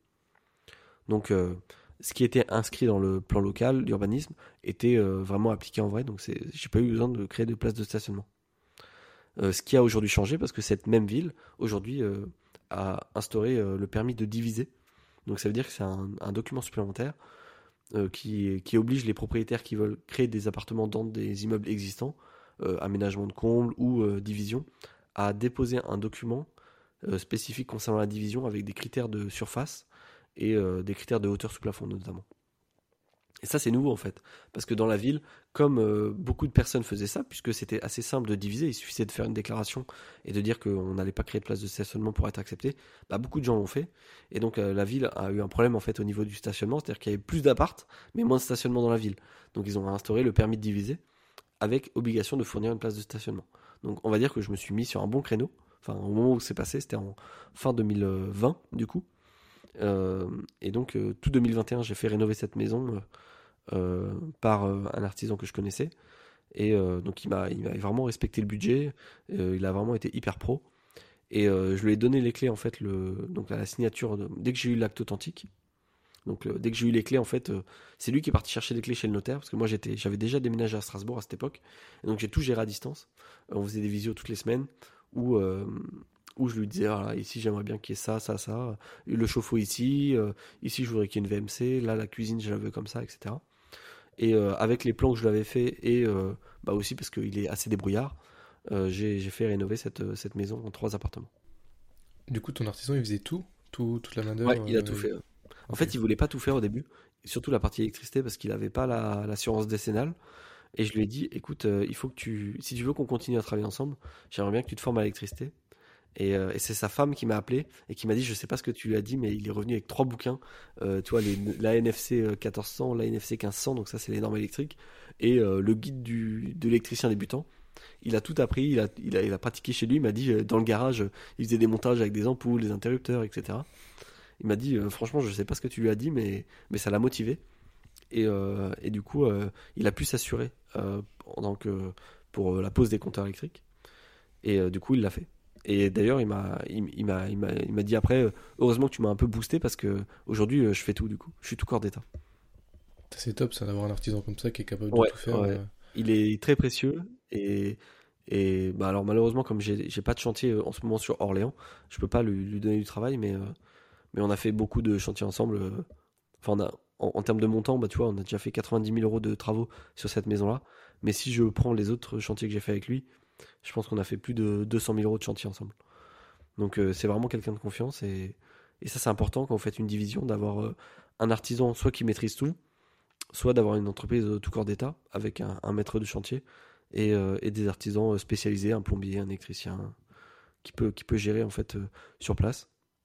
Donc, euh, ce qui était inscrit dans le plan local d'urbanisme était euh, vraiment appliqué en vrai. Donc, c'est, j'ai pas eu besoin de créer de place de stationnement. Euh, ce qui a aujourd'hui changé parce que cette même ville aujourd'hui euh, a instauré euh, le permis de diviser. Donc, ça veut dire que c'est un, un document supplémentaire euh, qui, qui oblige les propriétaires qui veulent créer des appartements dans des immeubles existants, euh, aménagement de combles ou euh, division, à déposer un document euh, spécifique concernant la division avec des critères de surface et euh, des critères de hauteur sous plafond notamment. Et ça, c'est nouveau en fait. Parce que dans la ville, comme euh, beaucoup de personnes faisaient ça, puisque c'était assez simple de diviser, il suffisait de faire une déclaration et de dire qu'on n'allait pas créer de place de stationnement pour être accepté, bah, beaucoup de gens l'ont fait. Et donc euh, la ville a eu un problème en fait au niveau du stationnement, c'est-à-dire qu'il y avait plus d'appart, mais moins de stationnement dans la ville. Donc ils ont instauré le permis de diviser avec obligation de fournir une place de stationnement. Donc on va dire que je me suis mis sur un bon créneau. Enfin, au moment où c'est passé, c'était en fin deux mille vingt du coup. Euh, et donc euh, tout deux mille vingt et un, j'ai fait rénover cette maison. euh, euh, par euh, un artisan que je connaissais. Et euh, donc il m'a, il m'a vraiment respecté le budget, euh, il a vraiment été hyper pro. Et euh, je lui ai donné les clés en fait, le, donc à la signature, de- dès que j'ai eu l'acte authentique. Donc euh, dès que j'ai eu les clés en fait, euh, c'est lui qui est parti chercher les clés chez le notaire, parce que moi j'étais, j'avais déjà déménagé à Strasbourg à cette époque. Et donc j'ai tout géré à distance. Euh, on faisait des visios toutes les semaines où, euh, où je lui disais, voilà, ici j'aimerais bien qu'il y ait ça, ça, ça, le chauffe-eau ici, euh, ici je voudrais qu'il y ait une V M C, là la cuisine je la veux comme ça, et cetera. Et euh, avec les plans que je lui avais fait, et euh, bah aussi parce qu'il est assez débrouillard, euh, j'ai, j'ai fait rénover cette, euh, cette maison en trois appartements. Du coup, ton artisan, il faisait tout, tout toute la Ouais, main-d'œuvre. il a tout euh, fait. En Ok. fait, il voulait pas tout faire au début, surtout la partie électricité, parce qu'il n'avait pas la, l'assurance décennale. Et je lui ai dit, écoute, euh, il faut que tu, si tu veux qu'on continue à travailler ensemble, j'aimerais bien que tu te formes à l'électricité. Et, euh, et c'est sa femme qui m'a appelé et qui m'a dit, je sais pas ce que tu lui as dit, mais il est revenu avec trois bouquins. Euh, tu vois, les, la N F C quatorze cents, la N F C quinze cents, donc ça c'est les normes électriques, et euh, le guide du, de l'électricien débutant. Il a tout appris, il a, il a, il a pratiqué chez lui. Il m'a dit, euh, dans le garage, euh, il faisait des montages avec des ampoules, des interrupteurs, et cetera. Il m'a dit, euh, franchement, je sais pas ce que tu lui as dit, mais, mais ça l'a motivé. Et, euh, et du coup, euh, il a pu s'assurer euh, pendant que, pour euh, la pose des compteurs électriques. Et euh, du coup, il l'a fait. Et d'ailleurs, il m'a, il, il m'a, il m'a, il m'a dit après, euh, heureusement que tu m'as un peu boosté parce que aujourd'hui, euh, je fais tout du coup. Je suis tout corps d'état. C'est top, ça, d'avoir un artisan comme ça qui est capable de Ouais, tout faire. ouais. euh. Il est très précieux et et bah alors malheureusement comme j'ai j'ai pas de chantier euh, en ce moment sur Orléans, je peux pas lui, lui donner du travail, mais euh, mais on a fait beaucoup de chantiers ensemble. euh. Enfin, on a en, en termes de montant, bah tu vois, on a déjà fait quatre-vingt-dix mille euros de travaux sur cette maison-là. Mais si je prends les autres chantiers que j'ai fait avec lui, je pense qu'on a fait plus de deux cent mille euros de chantier ensemble. Donc euh, c'est vraiment quelqu'un de confiance et, et ça c'est important quand vous faites une division d'avoir euh, un artisan soit qui maîtrise tout, soit d'avoir une entreprise euh, tout corps d'état avec un, un maître de chantier et, euh, et des artisans euh, spécialisés, un plombier, un électricien qui peut, qui peut gérer en fait euh, sur place.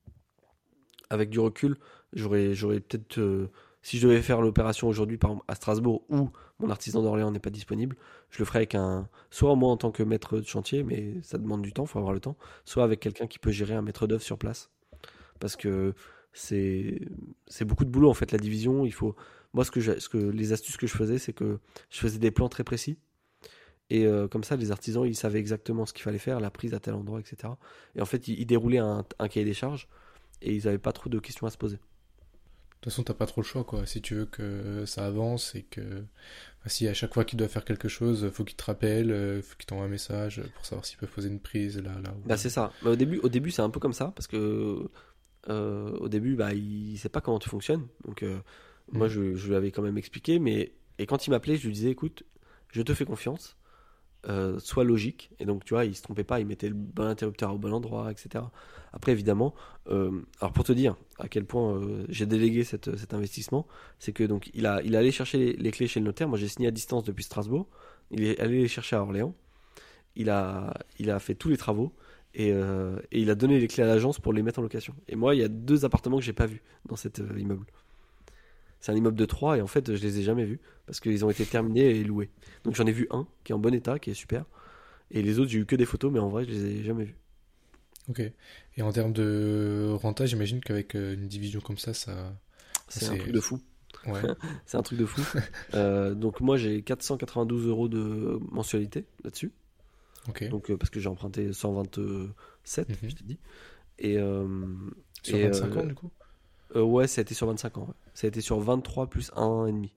Avec du recul, j'aurais, j'aurais peut-être, euh, si je devais faire l'opération aujourd'hui par exemple à Strasbourg où mon artisan d'Orléans n'est pas disponible, je le ferais avec un, soit moi en tant que maître de chantier, mais ça demande du temps, il faut avoir le temps, soit avec quelqu'un qui peut gérer un maître d'œuvre sur place parce que c'est c'est beaucoup de boulot en fait la division. Il faut Moi, ce que, j'ai- ce que les astuces que je faisais, c'est que je faisais des plans très précis. Et euh, comme ça, les artisans, ils savaient exactement ce qu'il fallait faire, la prise à tel endroit, et cetera. Et en fait, ils, ils déroulaient un, un cahier des charges et ils n'avaient pas trop de questions à se poser. De toute façon, t'as pas trop le choix, quoi. Si tu veux que ça avance et que, enfin, si à chaque fois qu'il doit faire quelque chose, faut qu'il te rappelle, euh, faut qu'il t'envoie un message pour savoir s'il peut poser une prise là, là ou Bah, là. c'est ça. Mais au début, au début, c'est un peu comme ça parce que euh, au début, bah, il ne sait pas comment tu fonctionnes. Donc, euh, moi, Hmm. je, je lui avais quand même expliqué. Mais et quand il m'appelait, je lui disais, écoute, je te fais confiance. Euh, soit logique. Et donc, tu vois, il se trompait pas, il mettait le bon interrupteur au bon endroit, et cetera. Après, évidemment, euh, alors pour te dire à quel point euh, j'ai délégué cette, cet investissement, c'est que donc il a, il est allé chercher les, les clés chez le notaire. Moi, j'ai signé à distance depuis Strasbourg. Il est allé les chercher à Orléans. Il a, il a fait tous les travaux. Et, euh, et il a donné les clés à l'agence pour les mettre en location. Et moi, il y a deux appartements que j'ai pas vus dans cet euh, immeuble. C'est un immeuble de trois et en fait, je les ai jamais vus parce qu'ils ont été terminés et loués. Donc j'en ai vu un qui est en bon état, qui est super. Et les autres, j'ai eu que des photos, mais en vrai, je les ai jamais vus. Ok. Et en termes de renta, j'imagine qu'avec euh, une division comme ça, ça, C'est un c'est, truc de fou. ouais. C'est un truc de fou. Euh, donc moi, j'ai quatre cent quatre-vingt-douze euros de mensualité là-dessus. Ok. Donc euh, parce que j'ai emprunté cent vingt-sept, je Mhm. t'ai dit. Et, euh, Sur et vingt-cinq euh, ans, du coup? euh, ouais, ça a été sur vingt-cinq ans. Ouais. Ça a été sur vingt-trois plus un virgule cinq.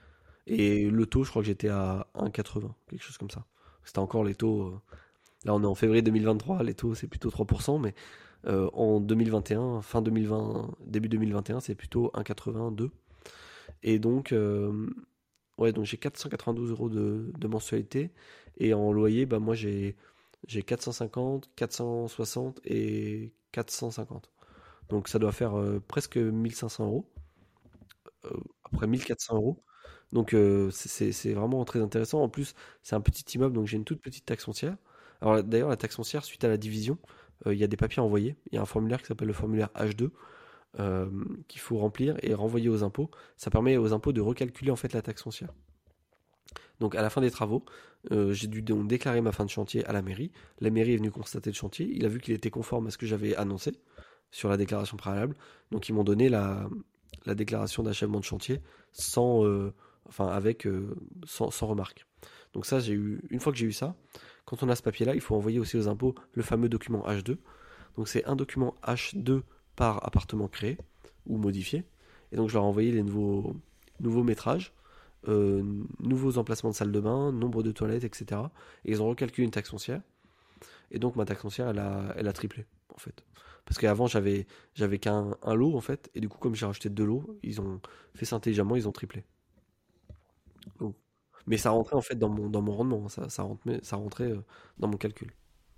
Et le taux, je crois que j'étais à un virgule quatre-vingts, quelque chose comme ça. C'était encore les taux. euh, Là, on est en février deux mille vingt-trois, les taux, c'est plutôt trois pour cent, mais euh, en deux mille vingt et un, fin deux mille vingt, début deux mille vingt et un, c'est plutôt un virgule quatre-vingt-deux. Et donc, euh, ouais, donc j'ai quatre cent quatre-vingt-douze euros de, de mensualité. Et en loyer, bah, moi, j'ai, j'ai quatre cent cinquante, quatre cent soixante et quatre cent cinquante. Donc, ça doit faire euh, presque mille cinq cents euros. Euh, Après mille quatre cents euros. Donc euh, c'est c'est- c'est vraiment très intéressant. En plus, c'est un petit immeuble, donc j'ai une toute petite taxe foncière. Alors d'ailleurs, la taxe foncière, suite à la division, euh, il y a des papiers à envoyer. Il y a un formulaire qui s'appelle le formulaire H deux euh, qu'il faut remplir et renvoyer aux impôts. Ça permet aux impôts de recalculer en fait la taxe foncière. Donc à la fin des travaux, euh, j'ai dû donc déclarer ma fin de chantier à la mairie. La mairie est venue constater le chantier. Il a vu qu'il était conforme à ce que j'avais annoncé sur la déclaration préalable. Donc ils m'ont donné la, la déclaration d'achèvement de chantier sans, euh, enfin avec euh, sans, sans remarque. Donc ça, j'ai eu une fois que j'ai eu ça, quand on a ce papier-là, il faut envoyer aussi aux impôts le fameux document H deux. Donc c'est un document H deux par appartement créé ou modifié. Et donc je leur ai envoyé les nouveaux, nouveaux métrages, euh, nouveaux emplacements de salle de bain, nombre de toilettes, et cetera. Et ils ont recalculé une taxe foncière. Et donc ma taxe foncière, elle a, elle a triplé, en fait. Parce qu'avant, j'avais, j'avais qu'un un lot, en fait. Et du coup, comme j'ai rajouté deux lots, ils ont fait ça intelligemment, ils ont triplé. Donc- mais ça rentrait, en fait, dans mon, dans mon rendement. Hein. Ça, ça rentrait, ça rentrait euh, dans mon calcul.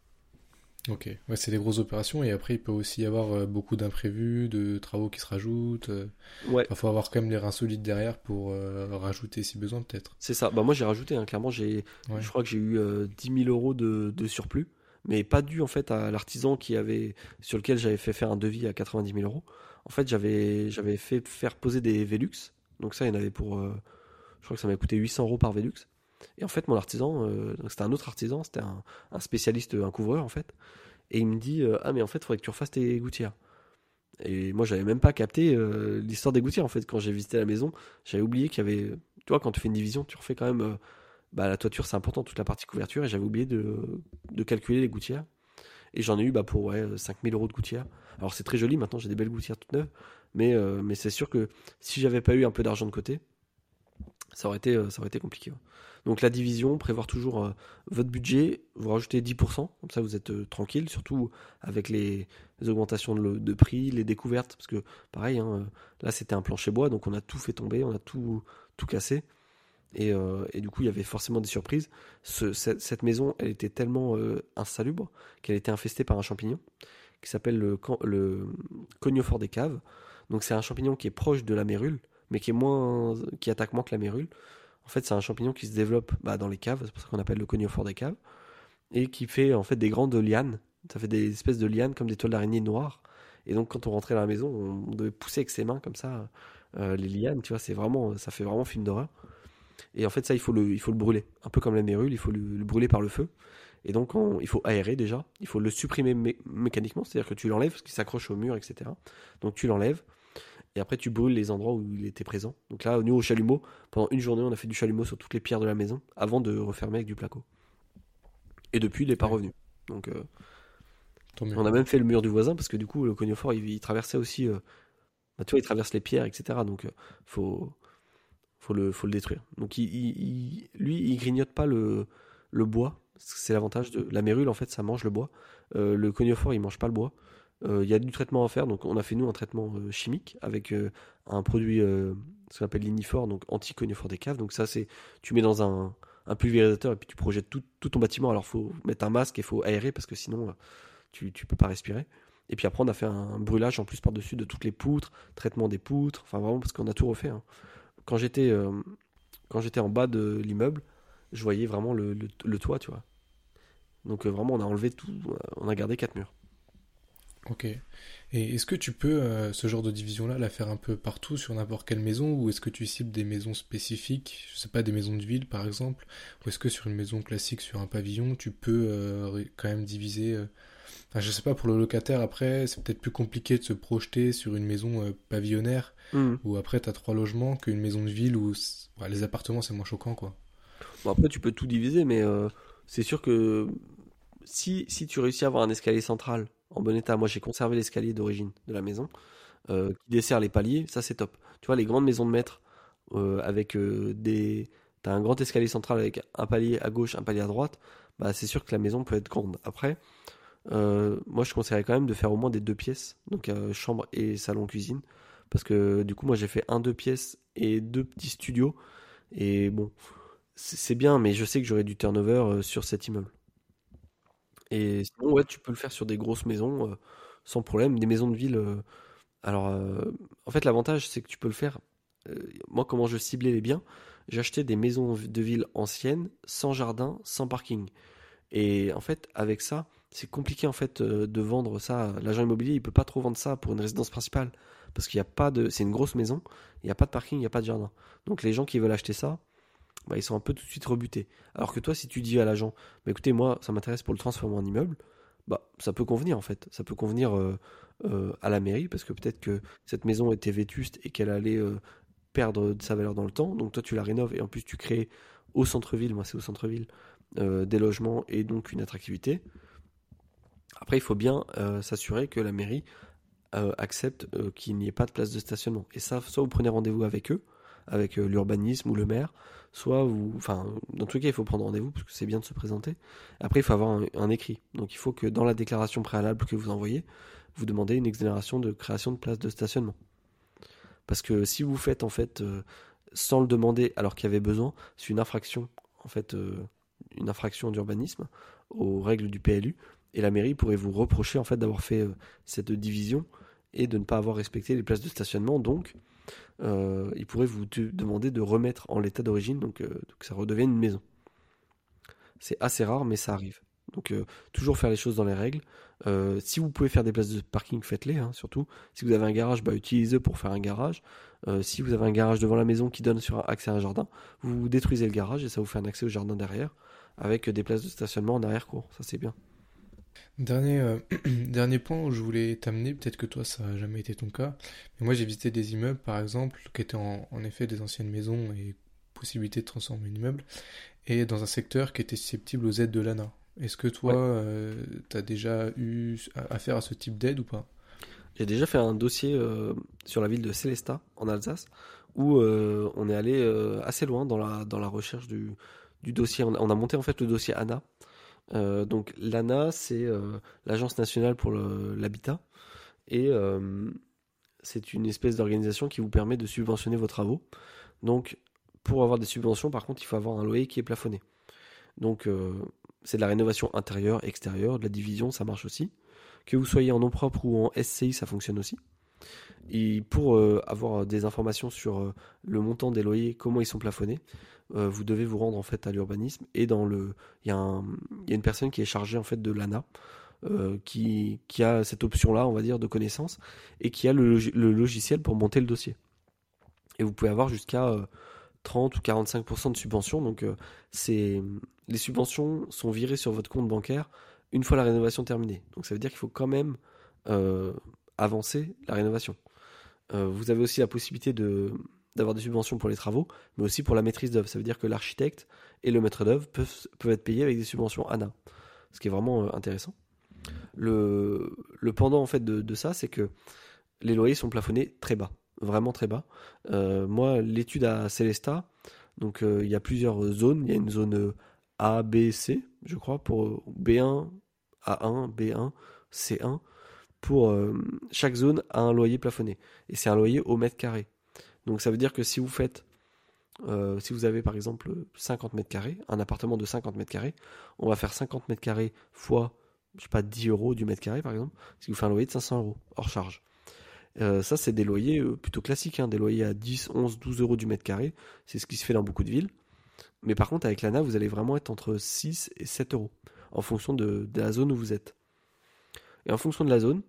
Ok. Ouais, c'est des grosses opérations et après, il peut aussi y avoir euh, beaucoup d'imprévus, de travaux qui se rajoutent. euh. Ouais, Enfin, faut avoir quand même les reins solides derrière pour euh, rajouter si besoin, peut-être. c'est ça. Bah, moi, j'ai rajouté, hein. Clairement, j'ai, Ouais. je crois que j'ai eu euh, dix mille euros de, de surplus. Mais pas dû, en fait, à l'artisan qui avait, sur lequel j'avais fait faire un devis à quatre-vingt-dix mille euros. En fait, j'avais, j'avais fait faire poser des Velux. Donc ça, il y en avait pour, euh, je crois que ça m'a coûté huit cents euros par Velux. Et en fait, mon artisan, euh, donc c'était un autre artisan, c'était un, un spécialiste, un couvreur en fait. Et il me dit euh, ah mais en fait, il faudrait que tu refasses tes gouttières. Et moi, j'avais même pas capté euh, l'histoire des gouttières en fait. Quand j'ai visité la maison, j'avais oublié qu'il y avait. Tu vois, quand tu fais une division, tu refais quand même. euh, bah, la toiture, c'est important, toute la partie couverture. Et j'avais oublié de, de calculer les gouttières. Et j'en ai eu bah, pour ouais, cinq mille euros de gouttières. Alors c'est très joli, maintenant j'ai des belles gouttières toutes neuves. Mais, euh, mais c'est sûr que si j'avais pas eu un peu d'argent de côté, ça aurait été, euh, ça aurait été compliqué. Ouais. Donc la division, prévoir toujours euh, votre budget, vous rajoutez dix pour cent, comme ça vous êtes euh, tranquille, surtout avec les, les augmentations de, le- de prix, les découvertes, parce que pareil, hein, euh, là c'était un plancher bois, donc on a tout fait tomber, on a tout, tout cassé, et, euh, et du coup il y avait forcément des surprises. Ce- cette, cette maison, elle était tellement euh, insalubre qu'elle était infestée par un champignon qui s'appelle le, can- le coniophore des caves. Donc c'est un champignon qui est proche de la mérule, mais qui est moins, qui attaque moins que la mérule. En fait, c'est un champignon qui se développe bah, dans les caves, c'est pour ça qu'on appelle le coniophore des caves, et qui fait en fait des grandes lianes. Ça fait des espèces de lianes comme des toiles d'araignée noires. Et donc quand on rentrait dans la maison, on devait pousser avec ses mains comme ça euh, les lianes. Tu vois, c'est vraiment, ça fait vraiment film d'horreur. Et en fait, ça, il faut le, il faut le brûler, un peu comme la mérule, il faut le, le brûler par le feu. Et donc, on- il faut aérer déjà. Il faut le supprimer mé- mécaniquement, c'est-à-dire que tu l'enlèves parce qu'il s'accroche au mur, et cetera. Donc, tu l'enlèves. et après tu brûles les endroits où il était présent. Donc là, nous au chalumeau, pendant une journée, on a fait du chalumeau sur toutes les pierres de la maison avant de refermer avec du placo. Et depuis, il n'est pas Ouais, revenu. Donc euh, tant mieux. on a même fait le mur du voisin parce que du coup, le coniophore, il, il traversait aussi, euh, bah, tu vois, il traverse les pierres, et cetera. Donc euh, faut, faut le, faut le détruire. Donc il, il- il- lui, il grignote pas le, le bois. C'est l'avantage de la mérule, en fait, ça mange le bois. Euh, le coniophore, il mange pas le bois. Euh, Il y a du traitement à faire, donc on a fait nous un traitement euh, chimique avec euh, un produit, euh, ce qu'on appelle l'inifor, donc anti-coniophore des caves. Donc ça, c'est, tu mets dans un, un pulvérisateur et puis tu projettes tout, tout ton bâtiment. Alors faut mettre un masque et faut aérer parce que sinon euh, tu, tu peux pas respirer. Et puis après, on a fait un brûlage en plus par-dessus de toutes les poutres, traitement des poutres, enfin vraiment parce qu'on a tout refait, hein. Quand j'étais euh, quand j'étais en bas de l'immeuble, je voyais vraiment le, le- le toit, tu vois. Donc euh, vraiment, on a enlevé tout, on a gardé quatre murs. Ok. Et est-ce que tu peux, euh, ce genre de division-là, la faire un peu partout sur n'importe quelle maison, ou est-ce que tu cibles des maisons spécifiques, je sais pas, des maisons de ville par exemple, ou est-ce que sur une maison classique, sur un pavillon, tu peux euh, ré- quand même diviser. euh, Enfin, je sais pas, pour le locataire, après, c'est peut-être plus compliqué de se projeter sur une maison euh, pavillonnaire, Mhm. où après t'as trois logements, qu'une maison de ville où c'est- ouais, les appartements c'est moins choquant, quoi. Bon, après, tu peux tout diviser, mais euh, c'est sûr que si, si tu réussis à avoir un escalier central en bon état, moi j'ai conservé l'escalier d'origine de la maison, euh, qui dessert les paliers, ça c'est top. Tu vois, les grandes maisons de maître, euh, avec euh, des... T'as un grand escalier central avec un palier à gauche, un palier à droite, bah c'est sûr que la maison peut être grande. Après, euh, moi je conseillerais quand même de faire au moins des deux pièces, donc euh, chambre et salon cuisine, parce que du coup moi j'ai fait un deux pièces et deux petits studios, et bon, c'est c'est bien, mais je sais que j'aurai du turnover euh, sur cet immeuble. Et sinon, ouais, tu peux le faire sur des grosses maisons, euh, sans problème. Des maisons de ville. euh, alors, euh, en fait, l'avantage, c'est que tu peux le faire. euh, moi, comment je ciblais les biens? J'achetais des maisons de ville anciennes, sans jardin, sans parking. Et en fait, avec ça, c'est compliqué en fait euh, de vendre ça. L'agent immobilier, il peut pas trop vendre ça pour une résidence principale parce qu'il n'y a pas de. C'est une grosse maison, il n'y a pas de parking, il n'y a pas de jardin. Donc, les gens qui veulent acheter ça, bah, ils sont un peu tout de suite rebutés. Alors que toi, si tu dis à l'agent, bah, écoutez, moi, ça m'intéresse pour le transformer en immeuble, bah, ça peut convenir en fait. Ça peut convenir euh, euh, à la mairie parce que peut-être que cette maison était vétuste et qu'elle allait euh, perdre de sa valeur dans le temps. Donc toi, tu la rénoves et en plus, tu crées au centre-ville, moi, c'est au centre-ville, euh, des logements et donc une attractivité. Après, il faut bien euh, s'assurer que la mairie euh, accepte euh, qu'il n'y ait pas de place de stationnement. Et ça, soit vous prenez rendez-vous avec eux, avec euh, l'urbanisme ou le maire, soit vous... Enfin, dans tous les cas, il faut prendre rendez-vous parce que c'est bien de se présenter. Après, il faut avoir un, un écrit. Donc, il faut que dans la déclaration préalable que vous envoyez, vous demandez une exonération de création de place de stationnement. Parce que si vous faites, en fait, euh, sans le demander alors qu'il y avait besoin, c'est une infraction, en fait, euh, une infraction d'urbanisme aux règles du P L U. Et la mairie pourrait vous reprocher, en fait, d'avoir fait euh, cette division et de ne pas avoir respecté les places de stationnement. Donc, euh, il pourrait vous te- demander de remettre en l'état d'origine, donc, euh, que ça redevienne une maison. C'est assez rare, mais ça arrive. Donc, euh, toujours faire les choses dans les règles. Euh, si vous pouvez faire des places de parking, faites-les, hein, surtout. Si vous avez un garage, bah, utilisez-le pour faire un garage. Euh, si vous avez un garage devant la maison qui donne sur un accès à un jardin, vous détruisez le garage et ça vous fait un accès au jardin derrière, avec euh, des places de stationnement en arrière-cour. Ça, c'est bien. Dernier, euh, dernier point où je voulais t'amener, peut-être que toi ça n'a jamais été ton cas, mais moi j'ai visité des immeubles par exemple qui étaient en, en effet des anciennes maisons et possibilité de transformer en immeuble, et dans un secteur qui était susceptible aux aides de l'A N A. Est-ce que toi, Ouais. euh, t'as déjà eu affaire à ce type d'aide ou pas? J'ai déjà fait un dossier euh, sur la ville de Célestat, en Alsace, où euh, on est allé euh, assez loin dans la, dans la recherche du, du dossier. On a, on a monté en fait le dossier A N A. Euh, donc l'A N A, c'est euh, l'Agence nationale pour le- l'habitat. Et euh, c'est une espèce d'organisation qui vous permet de subventionner vos travaux. Donc pour avoir des subventions, par contre, il faut avoir un loyer qui est plafonné. Donc euh, c'est de la rénovation intérieure, extérieure, de la division, ça marche aussi. Que vous soyez en nom propre ou en S C I, ça fonctionne aussi. Et pour euh, avoir des informations sur euh, le montant des loyers, comment ils sont plafonnés, euh, vous devez vous rendre en fait à l'urbanisme et dans le, il y a un- il y a une personne qui est chargée en fait de l'A N A, euh, qui, qui a cette option-là, on va dire, de connaissance et qui a le, logi- le logiciel pour monter le dossier. Et vous pouvez avoir jusqu'à euh, trente ou quarante-cinq pour cent de subvention. Donc, euh, c'est, les subventions sont virées sur votre compte bancaire une fois la rénovation terminée. Donc, ça veut dire qu'il faut quand même euh, avancer la rénovation. Euh, vous avez aussi la possibilité de, d'avoir des subventions pour les travaux, mais aussi pour la maîtrise d'œuvre. Ça veut dire que l'architecte et le maître d'œuvre peuvent, peuvent être payés avec des subventions A N A, ce qui est vraiment euh, intéressant. Le, le pendant en fait de, de ça, c'est que les loyers sont plafonnés très bas, vraiment très bas. Euh, moi, l'étude à Célestat, donc euh, il y a plusieurs zones. Il y a une zone euh, A, B, C, je crois, pour euh, B un, A un, B un, C un. Pour euh, chaque zone a un loyer plafonné. Et c'est un loyer au mètre carré. Donc ça veut dire que si vous faites, euh, si vous avez par exemple cinquante mètres carrés, un appartement de cinquante mètres carrés, on va faire cinquante mètres carrés fois, je sais pas, dix euros du mètre carré par exemple, ce qui vous fait un loyer de cinq cents euros hors charge. Euh, ça, c'est des loyers euh, plutôt classiques, hein, des loyers à dix, onze, douze euros du mètre carré. C'est ce qui se fait dans beaucoup de villes. Mais par contre, avec l'A N A, vous allez vraiment être entre six et sept euros en fonction de, de la zone où vous êtes. Et en fonction de la zone,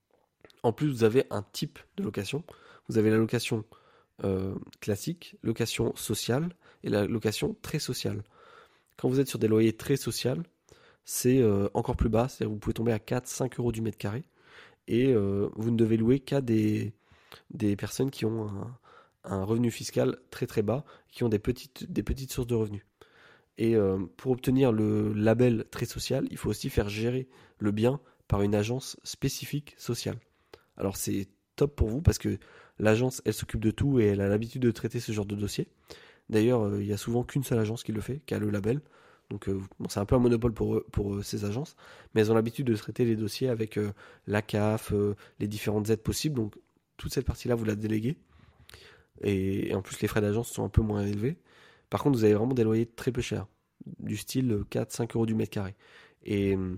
en plus, vous avez un type de location. Vous avez la location euh, classique, location sociale et la location très sociale. Quand vous êtes sur des loyers très sociaux, c'est euh, encore plus bas. C'est-à-dire que vous pouvez tomber à quatre, cinq euros du mètre carré. Et euh, vous ne devez louer qu'à des, des personnes qui ont un, un revenu fiscal très très bas, qui ont des petites, des petites sources de revenus. Et euh, pour obtenir le label très social, il faut aussi faire gérer le bien par une agence spécifique sociale. Alors c'est top pour vous parce que l'agence, elle s'occupe de tout et elle a l'habitude de traiter ce genre de dossier. D'ailleurs, euh, il n'y a souvent qu'une seule agence qui le fait, qui a le label. Donc euh, bon, c'est un peu un monopole pour, eux- pour euh, ces agences, mais elles ont l'habitude de traiter les dossiers avec euh, la C A F, euh, les différentes aides possibles. Donc toute cette partie-là, vous la déléguez. Et, et en plus, les frais d'agence sont un peu moins élevés. Par contre, vous avez vraiment des loyers très peu chers, du style quatre cinq euros du mètre carré. Et euh,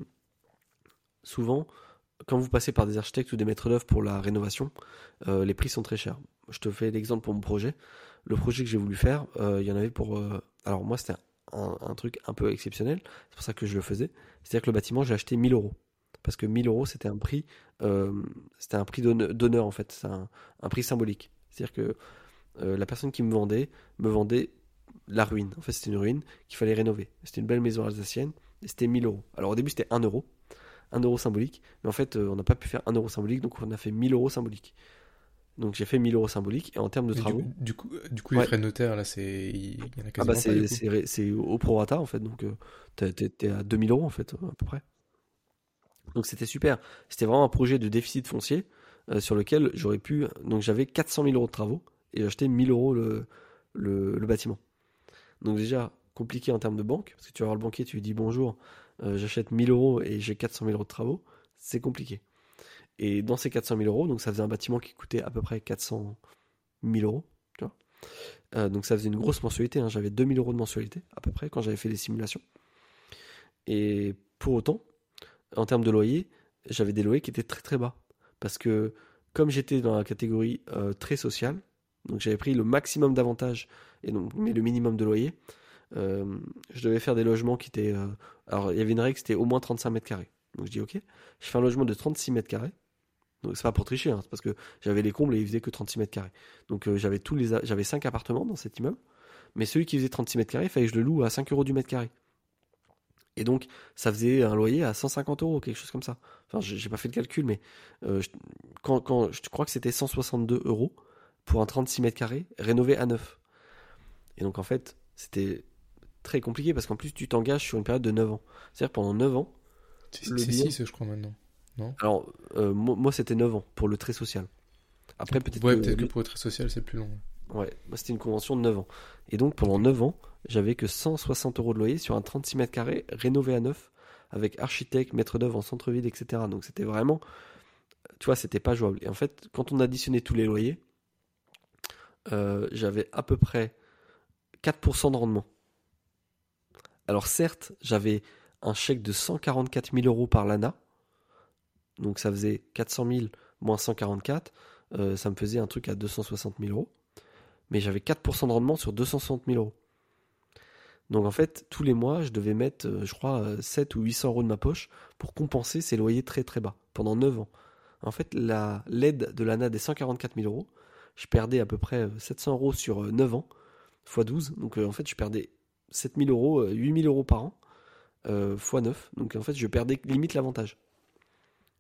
souvent, quand vous passez par des architectes ou des maîtres d'œuvre pour la rénovation, euh, les prix sont très chers. Je te fais l'exemple pour mon projet. Le projet que j'ai voulu faire, euh, il y en avait pour... euh, alors moi, c'était un, un truc un peu exceptionnel. C'est pour ça que je le faisais. C'est-à-dire que le bâtiment, j'ai acheté mille euros. Parce que mille euros, c'était un prix, euh, c'était un prix d'honneur, d'honneur, en fait. C'est un, un prix symbolique. C'est-à-dire que euh, la personne qui me vendait, me vendait la ruine. En fait, c'était une ruine qu'il fallait rénover. C'était une belle maison alsacienne et c'était mille euros. Alors au début, c'était un euro. Un euro symbolique. Mais en fait, euh, on n'a pas pu faire un euro symbolique, donc on a fait mille euros symboliques. Donc j'ai fait mille euros symboliques. Et en termes de Mais du, travaux, du coup, du coup, les ouais. frais de notaire, là, c'est, il y en a Ah bah quasiment pas, du c'est, coup. c'est, ré- c'est au prorata, en fait. Donc euh, t'es, t'es- t'es à deux mille euros, en fait, à peu près. Donc c'était super. C'était vraiment un projet de déficit foncier euh, sur lequel j'aurais pu. Donc j'avais quatre cent mille euros de travaux et j'ai acheté mille euros le, le, le bâtiment. Donc déjà, compliqué en termes de banque, parce que tu vas voir le banquier, tu lui dis bonjour, euh, j'achète mille euros et j'ai quatre cent mille euros de travaux, c'est compliqué. Et dans ces quatre cent mille euros, donc ça faisait un bâtiment qui coûtait à peu près quatre cent mille euros, tu vois. Euh, donc ça faisait une grosse mensualité, hein. J'avais deux mille euros de mensualité à peu près quand j'avais fait les simulations. Et pour autant, en termes de loyer, j'avais des loyers qui étaient très très bas. Parce que comme j'étais dans la catégorie euh, très sociale, donc j'avais pris le maximum d'avantages et donc mais le minimum de loyer, euh, je devais faire des logements qui étaient... euh, alors il y avait une règle, c'était au moins trente-cinq mètres carrés. Donc je dis ok, je fais un logement de trente-six mètres carrés. Donc c'est pas pour tricher, hein, c'est parce que j'avais les combles et il faisait que trente-six mètres carrés. Donc euh, j'avais tous les a- j'avais cinq appartements dans cet immeuble, mais celui qui faisait trente-six mètres carrés, il fallait que je le loue à cinq euros du mètre carré. Et donc ça faisait un loyer à cent cinquante euros, quelque chose comme ça. Enfin j'ai j'ai pas fait le calcul, mais euh, je, quand, quand, je crois que c'était cent soixante-deux euros pour un trente-six mètres carrés rénové à neuf. Et donc en fait c'était très compliqué parce qu'en plus tu t'engages sur une période de neuf ans. C'est-à-dire pendant neuf ans, C'est le c'est bien... six, je crois, maintenant. Non? Alors euh, moi, moi, c'était neuf ans pour le très social. Après peut-être Ouais, que peut-être que pour être social, c'est plus long. Ouais, moi c'était une convention de neuf ans. Et donc pendant neuf ans, j'avais que cent soixante euros de loyer sur un trente-six mètres carrés rénové à neuf, avec architecte, maître d'œuvre en centre-ville, et cetera. Donc c'était vraiment, tu vois, c'était pas jouable. Et en fait, quand on additionnait tous les loyers, euh, j'avais à peu près quatre pour cent de rendement. Alors certes, j'avais un chèque de cent quarante-quatre mille euros par l'A N A, donc ça faisait quatre cent mille moins cent quarante-quatre, euh, ça me faisait un truc à deux cent soixante mille euros, mais j'avais quatre pour cent de rendement sur deux cent soixante mille euros. Donc en fait, tous les mois, je devais mettre, euh, je crois, euh, sept ou huit cents euros de ma poche pour compenser ces loyers très très bas pendant neuf ans. En fait, la, l'aide de l'A N A des cent quarante-quatre mille euros, je perdais à peu près euh, sept cents euros sur euh, neuf ans, fois douze. Donc euh, en fait, je perdais sept mille euros, euh, huit mille euros par an, euh, fois neuf. Donc en fait, je perdais limite l'avantage.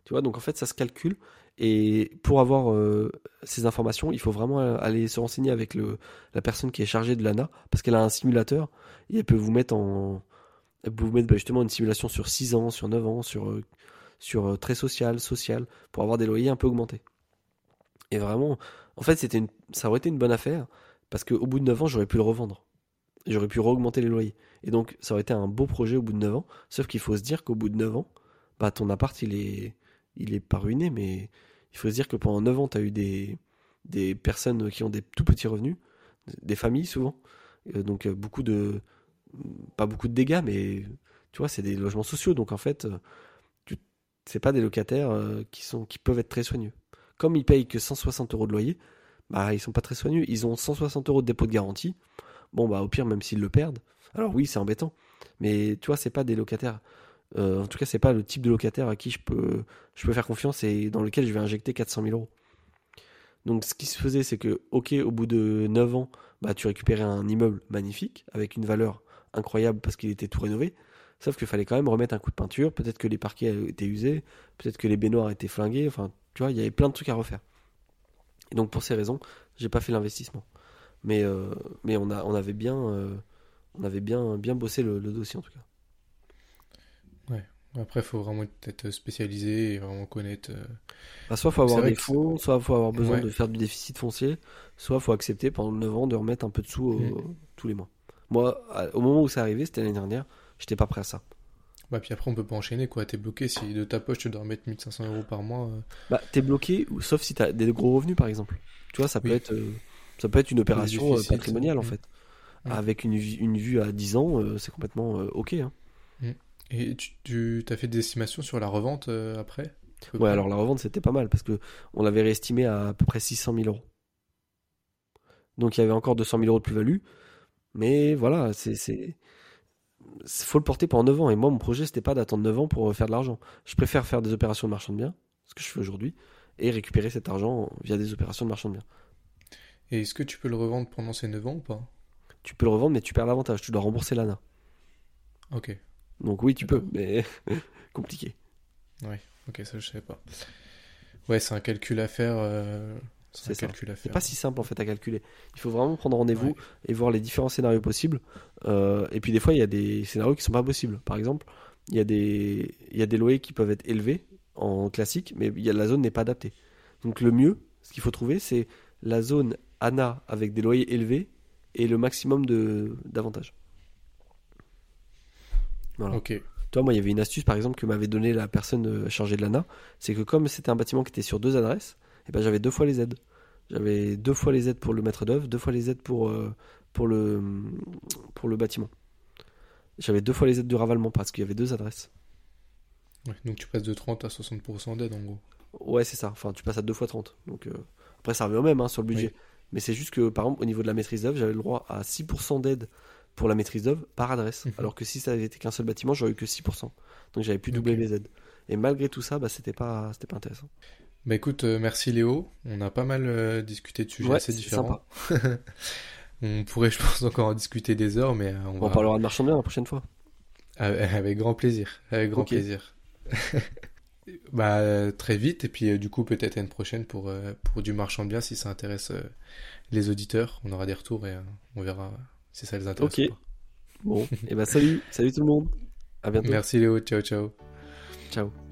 Tu vois, donc en fait, ça se calcule. Et pour avoir euh, ces informations, il faut vraiment aller se renseigner avec le, la personne qui est chargée de l'A N A, parce qu'elle a un simulateur et elle peut vous mettre en, elle peut vous mettre bah, justement une simulation sur six ans, sur neuf ans, sur, euh, sur euh, très social, social, pour avoir des loyers un peu augmentés. Et vraiment, en fait, c'était une, ça aurait été une bonne affaire, parce qu'au bout de neuf ans, j'aurais pu le revendre. J'aurais pu re-augmenter les loyers. Et donc, ça aurait été un beau projet au bout de neuf ans. Sauf qu'il faut se dire qu'au bout de neuf ans, bah, ton appart, il est, il est pas ruiné, mais il faut se dire que pendant neuf ans, tu as eu des, des personnes qui ont des tout petits revenus, des familles souvent. Euh, donc, euh, beaucoup de. Pas beaucoup de dégâts, mais tu vois, c'est des logements sociaux. Donc, en fait, euh, tu, c'est pas des locataires euh, qui, sont, qui peuvent être très soigneux. Comme ils payent que cent soixante euros de loyer, bah, ils sont pas très soigneux. Ils ont cent soixante euros de dépôt de garantie. Bon, bah, au pire, même s'ils le perdent, alors oui, c'est embêtant. Mais tu vois, c'est pas des locataires. Euh, en tout cas, c'est pas le type de locataire à qui je peux, je peux faire confiance et dans lequel je vais injecter quatre cent mille euros. Donc, ce qui se faisait, c'est que, ok, au bout de neuf ans, bah, tu récupérais un immeuble magnifique avec une valeur incroyable parce qu'il était tout rénové. Sauf qu'il fallait quand même remettre un coup de peinture. Peut-être que les parquets étaient usés. Peut-être que les baignoires étaient flinguées. Enfin, tu vois, il y avait plein de trucs à refaire. Et donc, pour ces raisons, j'ai pas fait l'investissement. Mais, euh, mais on, a, on avait bien, euh, on avait bien, bien bossé le, le dossier en tout cas. Ouais. Après, il faut vraiment être spécialisé et vraiment connaître. euh, Bah, soit il faut C'est avoir vrai des que. c'est- fonds, soit il faut avoir besoin Ouais. de faire du déficit foncier, soit il faut accepter pendant neuf ans de remettre un peu de sous Mm. au- tous les mois. Moi, à- au moment où c'est arrivé, c'était l'année dernière, j'étais pas prêt à ça. Bah, puis après, on peut pas enchaîner, quoi. T'es bloqué si de ta poche tu dois remettre mille cinq cents euros par mois. euh, Bah, t'es bloqué, ou- sauf si t'as des gros revenus par exemple. Tu vois, ça peut Oui, être, euh, ça peut être une pour les opération euh, déficits. patrimoniale en Mm. fait. Mm. Avec une, vue- une vue à dix ans, euh, c'est complètement euh, ok, hein. Mm. Et tu, tu as fait des estimations sur la revente euh, après, à peu Ouais, près? alors la revente c'était pas mal parce que on l'avait réestimé à à peu près six cent mille euros. Donc il y avait encore deux cent mille euros de plus-value. Mais voilà, c'est, c'est, c'est- faut le porter pendant neuf ans. Et moi, mon projet, c'était pas d'attendre neuf ans pour euh, faire de l'argent. Je préfère faire des opérations de marchand de biens, ce que je fais aujourd'hui, et récupérer cet argent via des opérations de marchand de biens. Et est-ce que tu peux le revendre pendant ces neuf ans ou pas? Tu peux le revendre, mais tu perds l'avantage. Tu dois rembourser l'A N A. Ok, Donc oui, tu peux, d'accord. mais compliqué. Ouais, ok, ça je savais pas. Ouais, c'est un calcul à faire. euh, C'est C'est un ça. calcul à C'est faire. pas si simple en fait à calculer. Il faut vraiment prendre Ouais. rendez-vous et voir les différents scénarios possibles. Euh, et puis des fois, il y a des scénarios qui sont pas possibles. Par exemple, il y a des, il y a des loyers qui peuvent être élevés en classique, mais il y a, la zone n'est pas adaptée. Donc le mieux, ce qu'il faut trouver, c'est la zone A N A avec des loyers élevés et le maximum de d'avantages. Voilà. Ok, Toi, moi, il y avait une astuce, par exemple, que m'avait donné la personne euh, chargée de l'A N A, c'est que comme c'était un bâtiment qui était sur deux adresses, et ben, j'avais deux fois les aides. J'avais deux fois les aides pour le maître d'œuvre, deux fois les aides pour, euh, pour, le, pour le bâtiment. J'avais deux fois les aides du ravalement parce qu'il y avait deux adresses. ouais, donc tu passes de trente à soixante pour cent d'aide en gros. Ouais, c'est ça. Enfin, tu passes à deux fois trente. Donc, euh, après, ça revient au même hein, sur le budget. Oui, Mais c'est juste que, par exemple, au niveau de la maîtrise d'œuvre, j'avais le droit à six pour cent d'aide pour la maîtrise d'œuvre par adresse. mhm, Alors que si ça avait été qu'un seul bâtiment, j'aurais eu que six pour cent. Donc, j'avais pu doubler ok. mes aides. Et malgré tout ça, bah, c'était pas, c'était pas intéressant. Bah écoute, euh, merci Léo. On a pas mal euh, discuté de sujets Ouais, assez c'est différents. sympa. On pourrait, je pense, encore en discuter des heures, mais euh, on On va. parlera de marchand de biens la prochaine fois. Avec avec grand plaisir. Avec grand Ok. plaisir. Bah, euh, très vite, et puis euh, du coup, peut-être à une prochaine pour, euh, pour du marchand de biens si ça intéresse euh, les auditeurs. On aura des retours et euh, on verra si ça les intéresse Ok. ou pas. Bon. Et bah, salut. Salut tout le monde. À bientôt. Merci Léo, ciao ciao. Ciao.